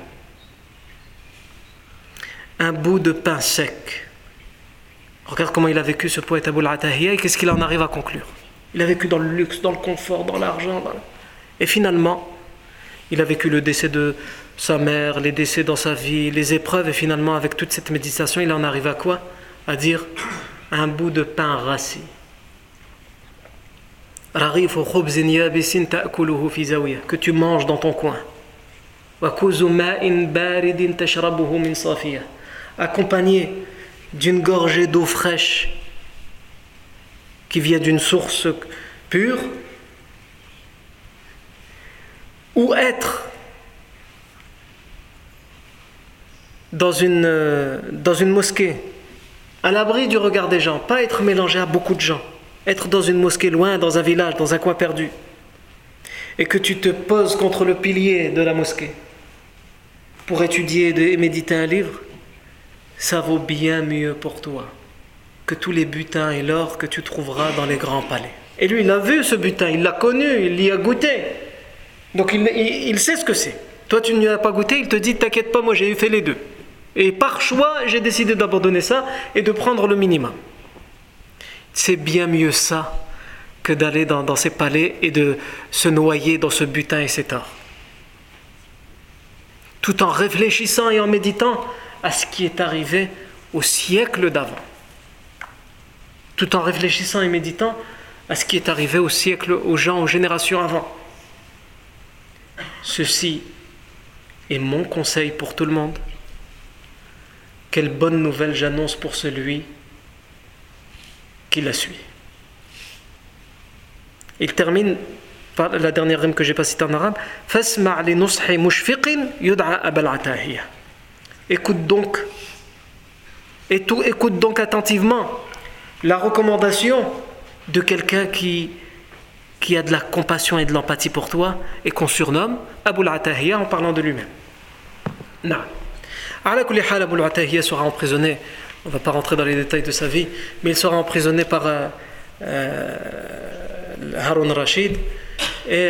Un bout de pain sec. Regarde comment il a vécu ce poète Abul Atahiya et qu'est-ce qu'il en arrive à conclure. Il a vécu dans le luxe, dans le confort, dans l'argent. Et finalement, il a vécu le décès de sa mère, les décès dans sa vie, les épreuves. Et finalement, avec toute cette méditation, il en arrive à quoi? À dire un bout de pain rassis. Que tu manges dans ton coin. Accompagné d'une gorgée d'eau fraîche qui vient d'une source pure, ou être dans une mosquée à l'abri du regard des gens, pas être mélangé à beaucoup de gens, être dans une mosquée loin, dans un village, dans un coin perdu, et que tu te poses contre le pilier de la mosquée pour étudier et méditer un livre, ça vaut bien mieux pour toi que tous les butins et l'or que tu trouveras dans les grands palais. Et lui, il a vu ce butin, il l'a connu, il y a goûté. Donc il sait ce que c'est. Toi, tu n'y as pas goûté, il te dit, t'inquiète pas, moi j'ai fait les deux. Et par choix, j'ai décidé d'abandonner ça et de prendre le minimum. C'est bien mieux ça que d'aller dans ces palais et de se noyer dans ce butin et cet or. Tout en réfléchissant et en méditant à ce qui est arrivé au siècle d'avant. Tout en réfléchissant et méditant à ce qui est arrivé au siècle, aux gens, aux générations avant. Ceci est mon conseil pour tout le monde. Quelle bonne nouvelle j'annonce pour celui qui la suit. Il termine par la dernière rime que j'ai pas citée en arabe. Fasma' li nushi mushfiqin yud'a Abul Atahiya. Écoute donc attentivement la recommandation de quelqu'un qui a de la compassion et de l'empathie pour toi et qu'on surnomme Abul Atahiya en parlant de lui-même. Non. Ala kulli hal, Abul Atahiya sera emprisonné. On ne va pas rentrer dans les détails de sa vie, mais il sera emprisonné par Haroun Rachid. Et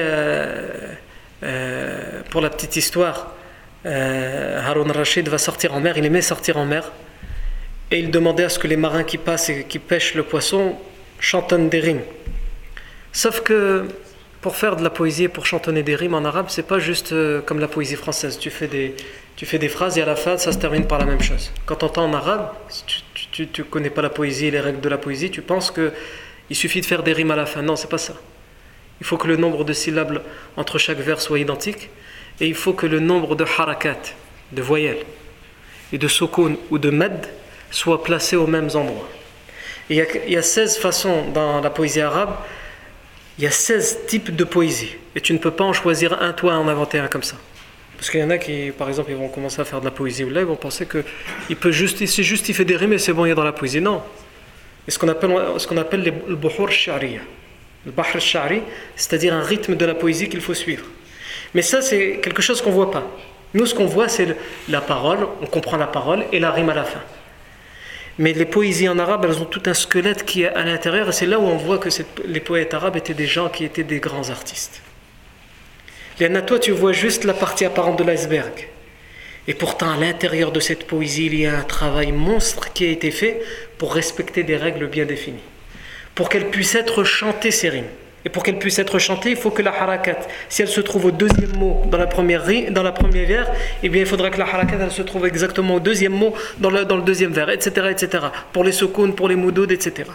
pour la petite histoire, Haroun Rachid va sortir en mer, il aimait sortir en mer, et il demandait à ce que les marins qui passent et qui pêchent le poisson chantonnent des rimes. Sauf que pour faire de la poésie et pour chantonner des rimes en arabe, c'est pas juste comme la poésie française. Tu fais des phrases et à la fin, ça se termine par la même chose. Quand tu entends en arabe, si tu connais pas la poésie et les règles de la poésie, tu penses qu'il suffit de faire des rimes à la fin. Non, c'est pas ça. Il faut que le nombre de syllabes entre chaque vers soit identique et il faut que le nombre de harakat, de voyelles et de sukun ou de mad soit placé aux mêmes endroits. Et il y a 16 façons dans la poésie arabe. Il y a 16 types de poésie. Et tu ne peux pas en choisir un, toi, en inventer un comme ça. Parce qu'il y en a qui, par exemple, ils vont commencer à faire de la poésie, ou là, ils vont penser qu'il fait des rimes et c'est bon, il est dans la poésie. Non. Et ce qu'on appelle le buhur sha'riya. Le bahr sha'ri, c'est-à-dire un rythme de la poésie qu'il faut suivre. Mais ça, c'est quelque chose qu'on ne voit pas. Nous, ce qu'on voit, c'est la parole, on comprend la parole et la rime à la fin. Mais les poésies en arabe, elles ont tout un squelette qui est à l'intérieur, et c'est là où on voit que les poètes arabes étaient des gens qui étaient des grands artistes. Léana, toi, tu vois juste la partie apparente de l'iceberg. Et pourtant, à l'intérieur de cette poésie, il y a un travail monstre qui a été fait pour respecter des règles bien définies. Pour qu'elle puisse être chantée, ces rimes. Et pour qu'elle puisse être chantée, il faut que la harakat, si elle se trouve au deuxième mot dans la première vers, eh bien il faudra que la harakat elle se trouve exactement au deuxième mot dans le deuxième vers, etc., etc. Pour les sukun, pour les moudoud, etc.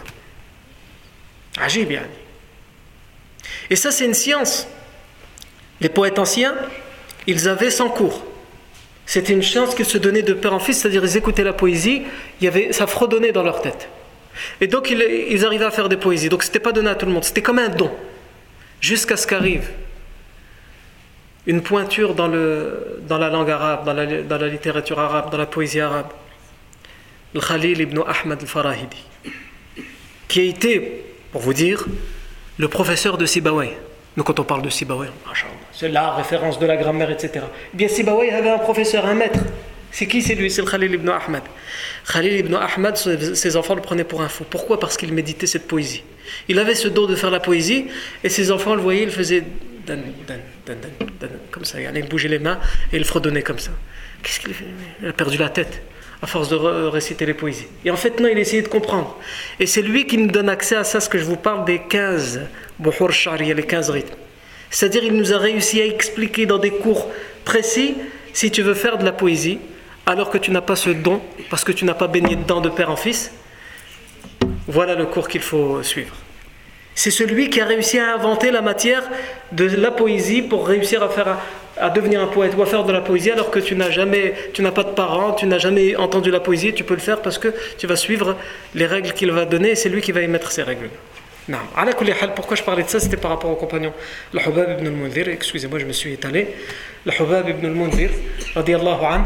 Ajib, yani. Et ça, c'est une science. Les poètes anciens, ils avaient 100 cours. C'était une science qu'ils se donnaient de père en fils, c'est-à-dire ils écoutaient la poésie, ça fredonnait dans leur tête. Et donc ils arrivaient à faire des poésies. Donc c'était pas donné à tout le monde, c'était comme un don. Jusqu'à ce qu'arrive une pointure dans la langue arabe, dans la littérature arabe, dans la poésie arabe. Le Khalil ibn Ahmad al-Farahidi, qui a été, pour vous dire, le professeur de Sibawayh. Nous, quand on parle de Sibawayh, c'est la référence de la grammaire, etc. Eh bien, Sibawayh avait un professeur, un maître. C'est qui? C'est lui, c'est le Khalil ibn Ahmad. Khalil ibn Ahmad, ses enfants le prenaient pour un fou. Pourquoi? Parce qu'il méditait cette poésie. Il avait ce don de faire la poésie, et ses enfants le voyaient, il faisait comme ça, il bougeait les mains, et il fredonnait comme ça. Qu'est-ce qu'il fait? Il a perdu la tête à force de réciter les poésies. Et en fait, non, il essayait de comprendre. Et c'est lui qui nous donne accès à ça, ce que je vous parle des 15 buhur sha'riya, les 15 rythmes. C'est-à-dire, il nous a réussi à expliquer dans des cours précis, si tu veux faire de la poésie, alors que tu n'as pas ce don, parce que tu n'as pas baigné dedans de père en fils, voilà le cours qu'il faut suivre. C'est celui qui a réussi à inventer la matière de la poésie pour réussir à devenir un poète ou à faire de la poésie, alors que tu n'as pas de parents, tu n'as jamais entendu la poésie. Tu peux le faire parce que tu vas suivre les règles qu'il va donner et c'est lui qui va émettre ces règles. Non. Pourquoi je parlais de ça? C'était par rapport au compagnon le Hubab ibn al-Mundhir. Excusez-moi, je me suis étalé. Le Hubab ibn al-Mundhir radiyallahu anhu,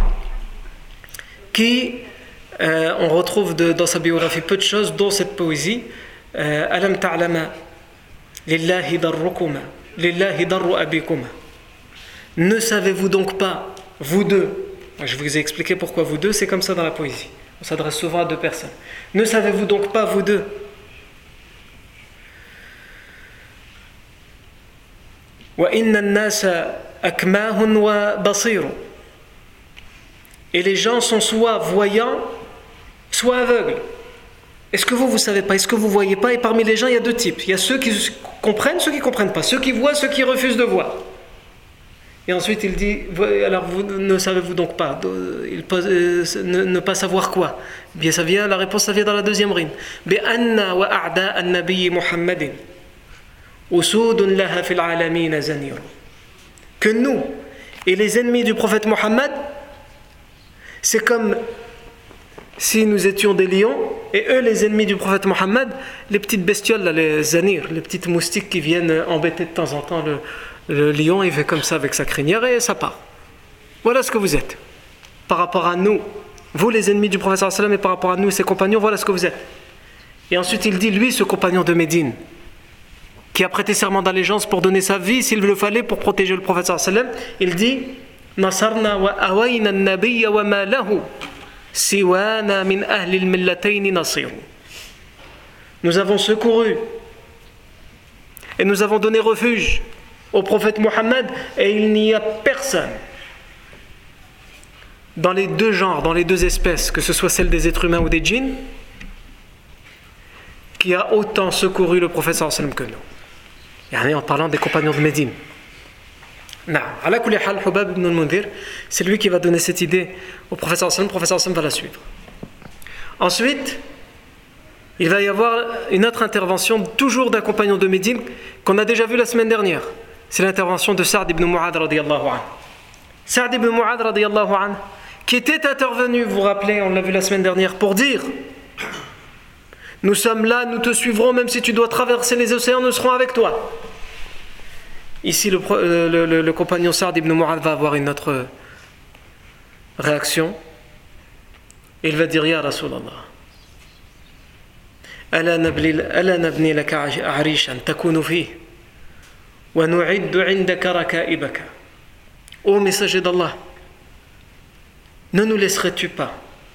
qui on retrouve dans sa biographie peu de choses, dont cette poésie. Alam ta'lama lillahi darrukuma lillahi darru abikuma. Ne savez-vous donc pas, vous deux, je vous ai expliqué pourquoi vous deux, c'est comme ça dans la poésie, on s'adresse souvent à deux personnes. Ne savez-vous donc pas, vous deux, wa inna an-nasa akmahun wa basiru, et les gens sont soit voyants soit aveugles. Est-ce que vous ne savez pas? Est-ce que vous ne voyez pas? Et parmi les gens, il y a deux types. Il y a ceux qui comprennent, ceux qui ne comprennent pas. Ceux qui voient, ceux qui refusent de voir. Et ensuite, il dit, alors vous ne savez-vous donc pas ne pas savoir quoi? Bien, la réponse, ça vient dans la deuxième rime. Bi'anna wa a'da an-nabiy Muhammadin usudun laha fil alamin zanir. Que nous et les ennemis du prophète Mohammed, c'est comme si nous étions des lions, et eux, les ennemis du prophète Mohammed, les petites bestioles, là, les zanir, les petites moustiques qui viennent embêter de temps en temps le lion, il fait comme ça avec sa crinière et ça part. Voilà ce que vous êtes. Par rapport à nous, vous les ennemis du prophète sallallahu alayhi wa sallam, et par rapport à nous, ses compagnons, voilà ce que vous êtes. Et ensuite il dit, lui, ce compagnon de Médine, qui a prêté serment d'allégeance pour donner sa vie, s'il le fallait, pour protéger le prophète sallallahu alayhi wa sallam, il dit, Nasarna wa awayna an-nabiyya wa ma lahu. Siwana min ahli al-millatayn nasir. Nous avons secouru et nous avons donné refuge au prophète Mohammed, et il n'y a personne dans les deux genres, dans les deux espèces, que ce soit celle des êtres humains ou des djinns, qui a autant secouru le prophète sallallahu alayhi wa sallam que nous. en parlant des compagnons de Médine. Ala kulli hal, Hubab ibn al-Mundhir, c'est lui qui va donner cette idée au professeur sallam, le professeur sallam va la suivre. Ensuite, il va y avoir une autre intervention, toujours d'un compagnon de Médine, qu'on a déjà vu la semaine dernière. C'est l'intervention de Sa'd ibn Mu'adh radiyallahu anhu. Sa'd ibn Mu'adh radiyallahu anhu, qui était intervenu, vous vous rappelez, on l'a vu la semaine dernière, pour dire: nous sommes là, nous te suivrons, même si tu dois traverser les océans, nous serons avec toi. Ici, le compagnon Sa'd ibn Mu'adh va avoir une autre réaction. Il va dire: Ya Rasulallah, ألا نبني لك عريشا تكون فيه ونعد عندك ركائبك. Ô messager d'Allah, ne nous laisserais-tu pas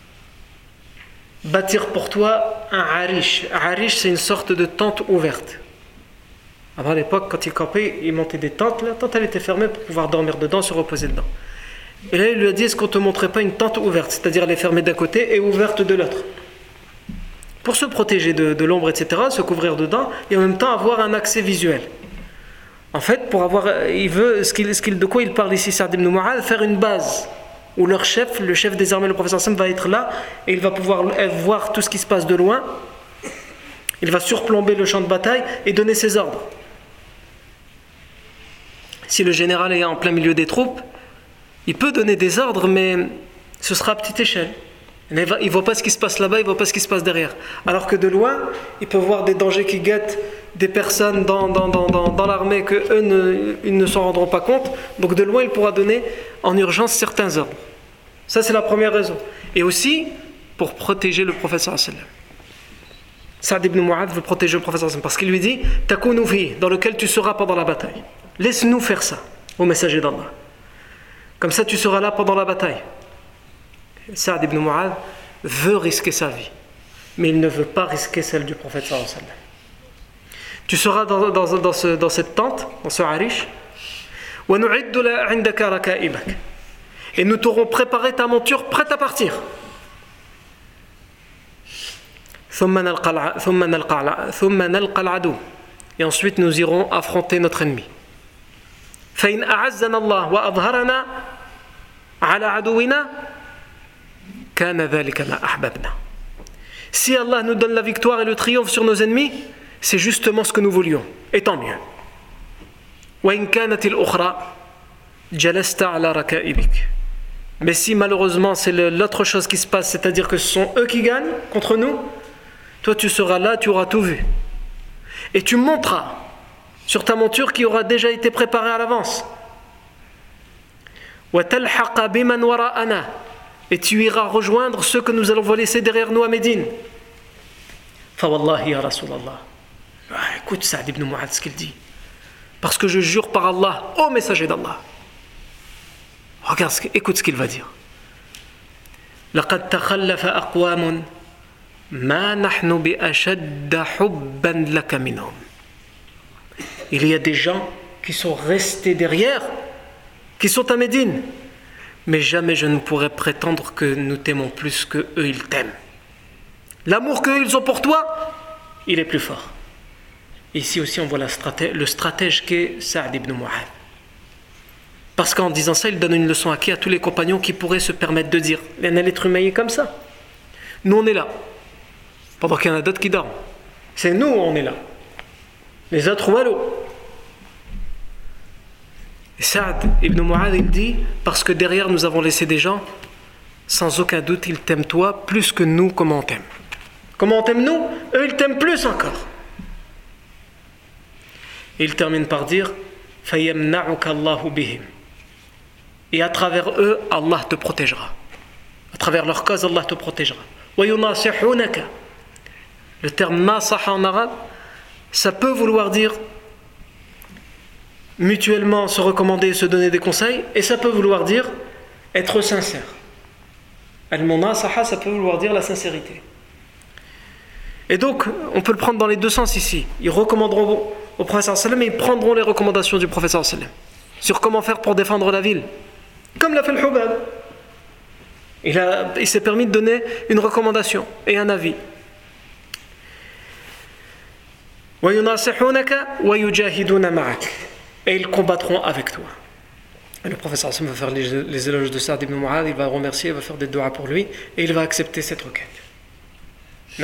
bâtir pour toi un harish? Harish, c'est une sorte de tente ouverte. Avant, à l'époque, quand ils campaient, ils montaient des tentes. La tente, elle était fermée pour pouvoir dormir dedans, se reposer dedans. Et là, il lui a dit: est-ce qu'on ne te montrait pas une tente ouverte? C'est-à-dire, elle est fermée d'un côté et ouverte de l'autre. Pour se protéger de l'ombre, etc., se couvrir dedans, et en même temps avoir un accès visuel. En fait, pour avoir, il veut, de quoi il parle ici, Sa'd ibn Mu'adh, faire une base où leur chef, le chef des armées, le professeur Sam, va être là et il va pouvoir voir tout ce qui se passe de loin. Il va surplomber le champ de bataille et donner ses ordres. Si le général est en plein milieu des troupes, il peut donner des ordres, mais ce sera à petite échelle. Il ne voit pas ce qui se passe là-bas, il ne voit pas ce qui se passe derrière. Alors que de loin, il peut voir des dangers qui guettent des personnes dans l'armée qu'eux ils ne s'en rendront pas compte. Donc de loin, il pourra donner en urgence certains ordres. Ça, c'est la première raison. Et aussi, pour protéger le professeur sallam. Sa'd ibn Mu'adh veut protéger le professeur sallam parce qu'il lui dit: Takunu fi, dans lequel tu seras pendant la bataille. Laisse-nous faire ça, au messager d'Allah. Comme ça, tu seras là pendant la bataille. Sa'd ibn Mu'adh veut risquer sa vie, mais il ne veut pas risquer celle du prophète sallallahu alayhi wa sallam. Tu seras dans cette tente, dans ce harish, et nous t'aurons préparé ta monture prête à partir. Et ensuite nous irons affronter notre ennemi. فإن أعزنا الله وأظهرنا على عدونا كان ذلك ما أحببنا. Si Allah nous donne la victoire et le triomphe sur nos ennemis, c'est justement ce que nous voulions, et tant mieux. وإن كانت الأخرى جلست على ركائبك. Mais si malheureusement c'est l'autre chose qui se passe, c'est-à-dire que ce sont eux qui gagnent contre nous, toi tu seras là, tu auras tout vu. Et tu monteras sur ta monture qui aura déjà été préparée à l'avance. وتلحق بمن وراءنا. Et tu iras rejoindre ceux que nous allons laisser derrière nous à Médine. فوالله يا رسول الله. Écoute Sa'd ibn Mu'adh ce qu'il dit. Parce que je jure par Allah, ô messager d'Allah. Regarde, écoute ce qu'il va dire. لقد تخلف أقوام ما نحن بأشد حبا لك منهم. Il y a des gens qui sont restés derrière, qui sont à Médine. Mais jamais je ne pourrais prétendre que nous t'aimons plus que eux ils t'aiment. L'amour qu'eux ils ont pour toi, il est plus fort. Ici aussi on voit le stratège qu'est Sa'd ibn Mu'adh. Parce qu'en disant ça, il donne une leçon à qui? À tous les compagnons qui pourraient se permettre de dire: l'être humain est comme ça. Nous on est là, pendant qu'il y en a d'autres qui dorment. C'est nous on est là. Les autres wallo. Et Sa'd ibn Mu'adh il dit: parce que derrière nous avons laissé des gens, sans aucun doute ils t'aiment toi plus que nous. Comment on t'aime? Comment on t'aime nous? Eux ils t'aiment plus encore. Et il termine par dire: فَيَمْنَعُكَ اللَّهُ بِهِمْ. Et à travers eux, Allah te protégera. À travers leur cause, Allah te protégera. وَيُنَاصِحُونَكَ. Le terme nasaha en arabe, ça peut vouloir dire mutuellement se recommander et se donner des conseils, et ça peut vouloir dire être sincère. Al-munasaha, ça peut vouloir dire la sincérité. Et donc, on peut le prendre dans les deux sens ici. Ils recommanderont au prophète sallam et ils prendront les recommandations du prophète sallam sur comment faire pour défendre la ville. Comme l'a fait le Hubab. Il s'est permis de donner une recommandation et un avis. وَيُنَاصِحُونَكَ وَيُجَاهِدُونَ مَعَكَ. Et ils combattront avec toi. Et le prophète va faire les éloges de Sa'd ibn Mu'adh, il va remercier, il va faire des doigts pour lui, et il va accepter cette requête. Non.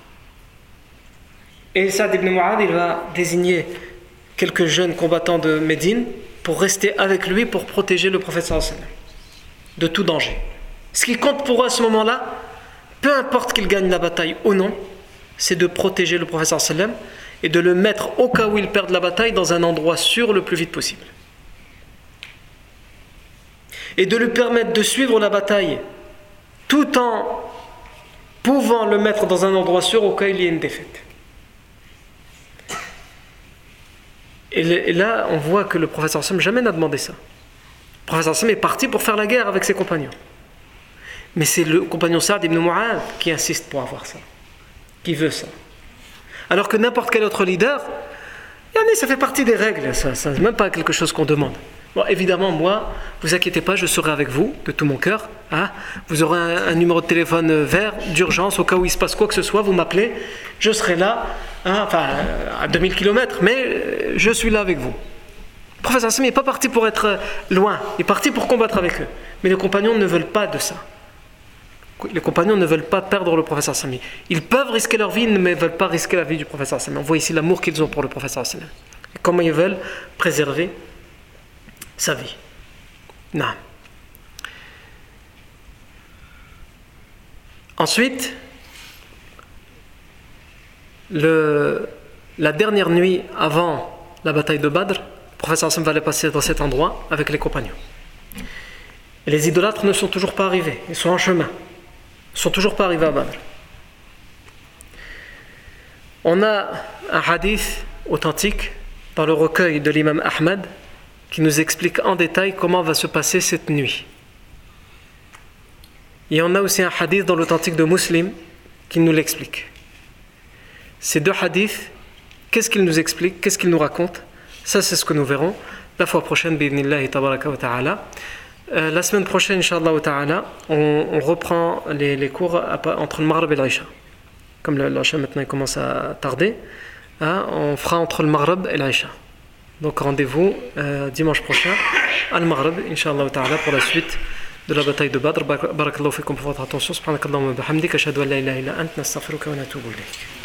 Et Sa'd ibn Mu'adh, il va désigner quelques jeunes combattants de Médine pour rester avec lui, pour protéger le prophète de tout danger. Ce qui compte pour eux à ce moment-là, peu importe qu'il gagne la bataille ou non, c'est de protéger le prophète et de le mettre, au cas où il perde la bataille, dans un endroit sûr le plus vite possible. Et de lui permettre de suivre la bataille tout en pouvant le mettre dans un endroit sûr au cas où il y ait une défaite. Et là, on voit que le prophète jamais n'a demandé ça. Le prophète est parti pour faire la guerre avec ses compagnons. Mais c'est le compagnon Sa'd ibn Mu'adh qui insiste pour avoir ça, qui veut ça. Alors que n'importe quel autre leader, ça fait partie des règles, ça n'est même pas quelque chose qu'on demande. Bon, évidemment, moi, vous inquiétez pas, je serai avec vous de tout mon cœur. Vous aurez un numéro de téléphone vert d'urgence au cas où il se passe quoi que ce soit, vous m'appelez, je serai là, à 2000 km, mais je suis là avec vous. Le prophète Hassan n'est pas parti pour être loin, il est parti pour combattre avec eux. Mais les compagnons ne veulent pas de ça. Les compagnons ne veulent pas perdre le prophète Hassan. Ils peuvent risquer leur vie, mais ne veulent pas risquer la vie du prophète Hassan. On voit ici l'amour qu'ils ont pour le prophète Hassan. Et comment ils veulent préserver sa vie. Non. Ensuite, la dernière nuit avant la bataille de Badr, le prophète Hassan va aller passer dans cet endroit avec les compagnons. Et les idolâtres ne sont toujours pas arrivés, ils sont en chemin. Ils ne sont toujours pas arrivés à Badr. On a un hadith authentique dans le recueil de l'imam Ahmad qui nous explique en détail comment va se passer cette nuit. Et on a aussi un hadith dans l'authentique de Muslim qui nous l'explique. Ces deux hadiths, qu'est-ce qu'ils nous expliquent, qu'est-ce qu'ils nous racontent? Ça, c'est ce que nous verrons la fois prochaine, bi'idhnillahi tabaraka wa ta'ala. La semaine prochaine, Inch'Allah ta'ala, on reprend les cours entre le Maghrib et l'Aïcha. Comme l'Aïcha maintenant commence à tarder, on fera entre le Maghrib et l'Aïcha. Donc rendez-vous dimanche prochain à Al-Maghrib, Inch'Allah ta'ala, pour la suite de la bataille de Badr. Barakallahu fikum pour votre attention. Subhanakallahumma bihamdika, ashhadu an la ilaha illa anta, nastaghfiruka wa natubu ilayk.